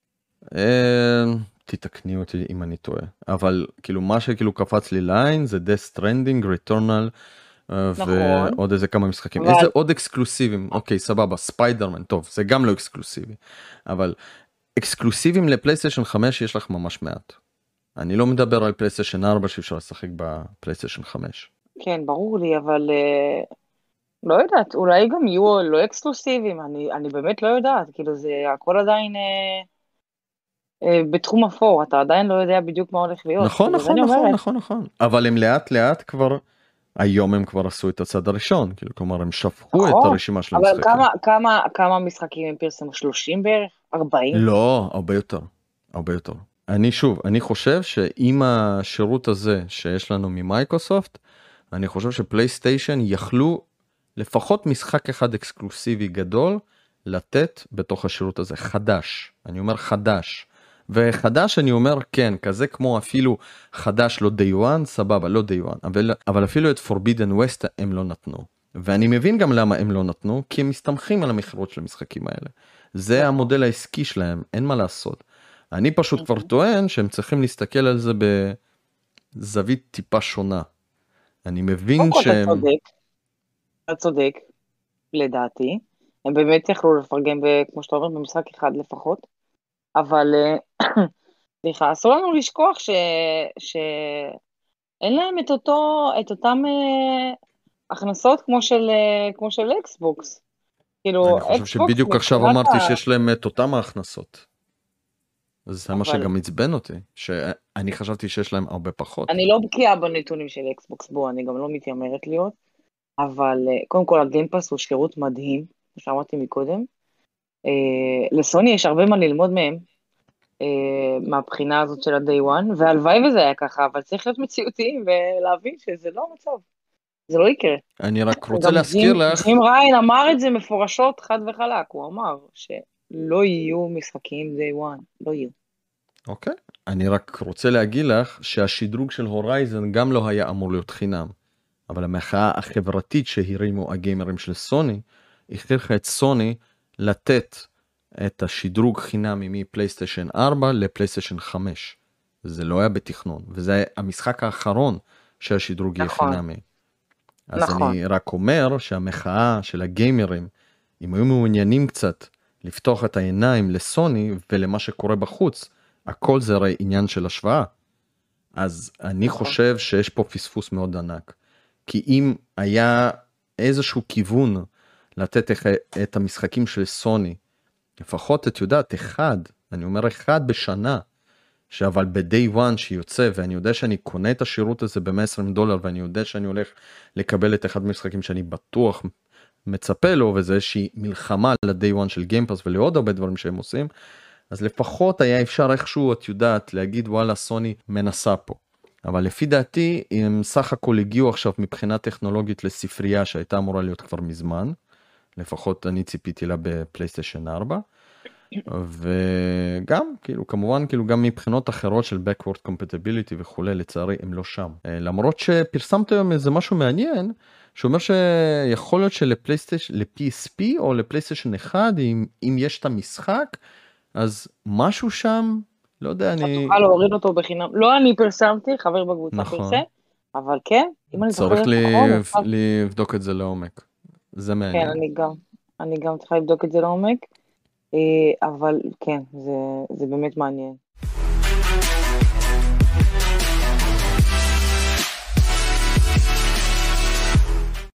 אה, תתקני אותי אם אני טועה, אבל כאילו מה שכאילו קפץ לי ליין זה Death Stranding, Returnal, אה, נכון. ועוד איזה כמה משחקים. אבל- איזה עוד אקסקלוסיבים? אוקיי, סבבה, ספיידרמן, טוב, זה גם לא אקסקלוסיבי, אבל אקסקלוסיבים לפלייסטיישן חמש יש לך ממש מעט. אני לא מדבר על פלייסטיישן ארבע שאפשר לשחק בפלייסטיישן חמש. כן, ברור לי, אבל אה, לא יודעת, אולי גם יהיו לא אקסקלוסיביים, אני, אני באמת לא יודעת, כאילו זה הכל עדיין אה, אה, בתחום אפור, אתה עדיין לא יודע בדיוק מה הולך להיות. נכון, בגלל זה נכון, אני נכון, אומרת, נכון, נכון. אבל הם לאט לאט כבר, היום הם כבר עשו את הצד הראשון, כאילו, כלומר, הם שפכו את נכון, הרשימה של אבל המשחקים. כמה, כמה, כמה משחקים הם פרסמו? שלושים בערך? ארבעים? לא, הרבה יותר, הרבה יותר. אני שוב, אני חושב שעם השירות הזה שיש לנו ממייקרוסופט, אני חושב שפלייסטיישן יכלו לפחות משחק אחד אקסקלוסיבי גדול, לתת בתוך השירות הזה, חדש, אני אומר חדש. וחדש אני אומר כן, כזה כמו אפילו חדש לא day one, סבבה, לא day one, אבל, אבל אפילו את Forbidden West הם לא נתנו. ואני מבין גם למה הם לא נתנו, כי הם מסתמכים על המכירות של המשחקים האלה. זה המודל העסקי שלהם, אין מה לעשות. אני פשוט כבר טוען שהם צריכים להסתכל על זה בזווית טיפה שונה. אני מבין קודם כל אתה שהם... צודק, אתה צודק, לדעתי, הם באמת יכלו לפרגן, ב- כמו שאתה אומר, במשחק אחד לפחות, אבל, אה, סליחה, אסור לנו לשכוח ש... ש... אין להם את אותו, את אותם אה, הכנסות כמו של, אה, כמו של אקסבוקס. כאילו, אני חושב אקסבוקס שבדיוק עכשיו מבחינת אמרתי ה... שיש להם את אותם ההכנסות. זה מה אבל שגם עצבן אותי, שאני חשבתי שיש להם הרבה פחות. אני לא בקיאה בנתונים של אקסבוקס, בו, אני גם לא מתיימרת להיות, אבל אה, קודם כל הגיימפאס הוא שירות מדהים, כמו שאמרתי מקודם. אה, לסוני יש הרבה מה ללמוד מהם, אה, מהבחינה הזאת של ה-day one, והלוואי וזה היה ככה, אבל צריך להיות מציאותיים ולהבין שזה לא המצב, זה לא יקרה. אני רק רוצה גם להזכיר ג'ים, לך, ג'ים ריין אמר את זה מפורשות, חד וחלק, הוא אמר שלא יהיו משחקים day one, לא יהיו. אוקיי, אני רק רוצה להגיד לך שהשדרוג של הורייזן גם לא היה אמור להיות חינם, אבל המחאה החברתית שהרימו הגיימרים של סוני, הכריחה את סוני לתת את השדרוג חינמי מפלייסטיישן ארבע לפלייסטיישן חמש. זה לא היה בתכנון, וזה המשחק האחרון שהשדרוג יהיה נכון, חינמי. אז נכון, אני רק אומר שהמחאה של הגיימרים, אם היו מעוניינים קצת לפתוח את העיניים לסוני ולמה שקורה בחוץ, הכל זה הרי עניין של השוואה. אז אני נכון, חושב שיש פה פספוס מאוד ענק. כי אם היה איזשהו כיוון לתת את המשחקים של סוני, לפחות את יודעת, אחד, אני אומר אחד בשנה, שאבל ב-day one שיוצא, ואני יודע שאני קונה את השירות הזה ב-מאה ועשרים דולר, ואני יודע שאני הולך לקבל את אחד המשחקים שאני בטוח מצפה לו, וזה איזושהי מלחמה ל-day one של גיימפאס ולעוד הרבה דברים שהם עושים, אז לפחות היה אפשר איכשהו, את יודעת, להגיד וואלה סוני מנסה פה. אבל לפי דעתי, הם סך הכל הגיעו עכשיו מבחינה טכנולוגית לספרייה שהייתה אמורה להיות כבר מזמן, לפחות אני ציפיתי לה בפלייסטיישן ארבע, וגם, כאילו, כמובן, כאילו, גם מבחינות אחרות של backward compatibility וכולי, לצערי, הם לא שם. למרות שפרסמת היום איזה משהו מעניין, שאומר שיכול להיות שלפלייסטיישן, ל-פי אס פי או לפלייסטיישן אחד, אם, אם יש את המשחק, אז משהו שם, לא יודע, אתה אני... תוכל להוריד אותו בחינם, לא אני פרסמתי, חבר בקבוצה פרסם, נכון. אבל כן, אם אני צריך זוכרת נכון, לב- אחד, לבדוק את זה לעומק. זה כן, מעניין. אני גם, אני גם צריכה לבדוק את זה לעומק, אה, אבל כן, זה, זה באמת מעניין.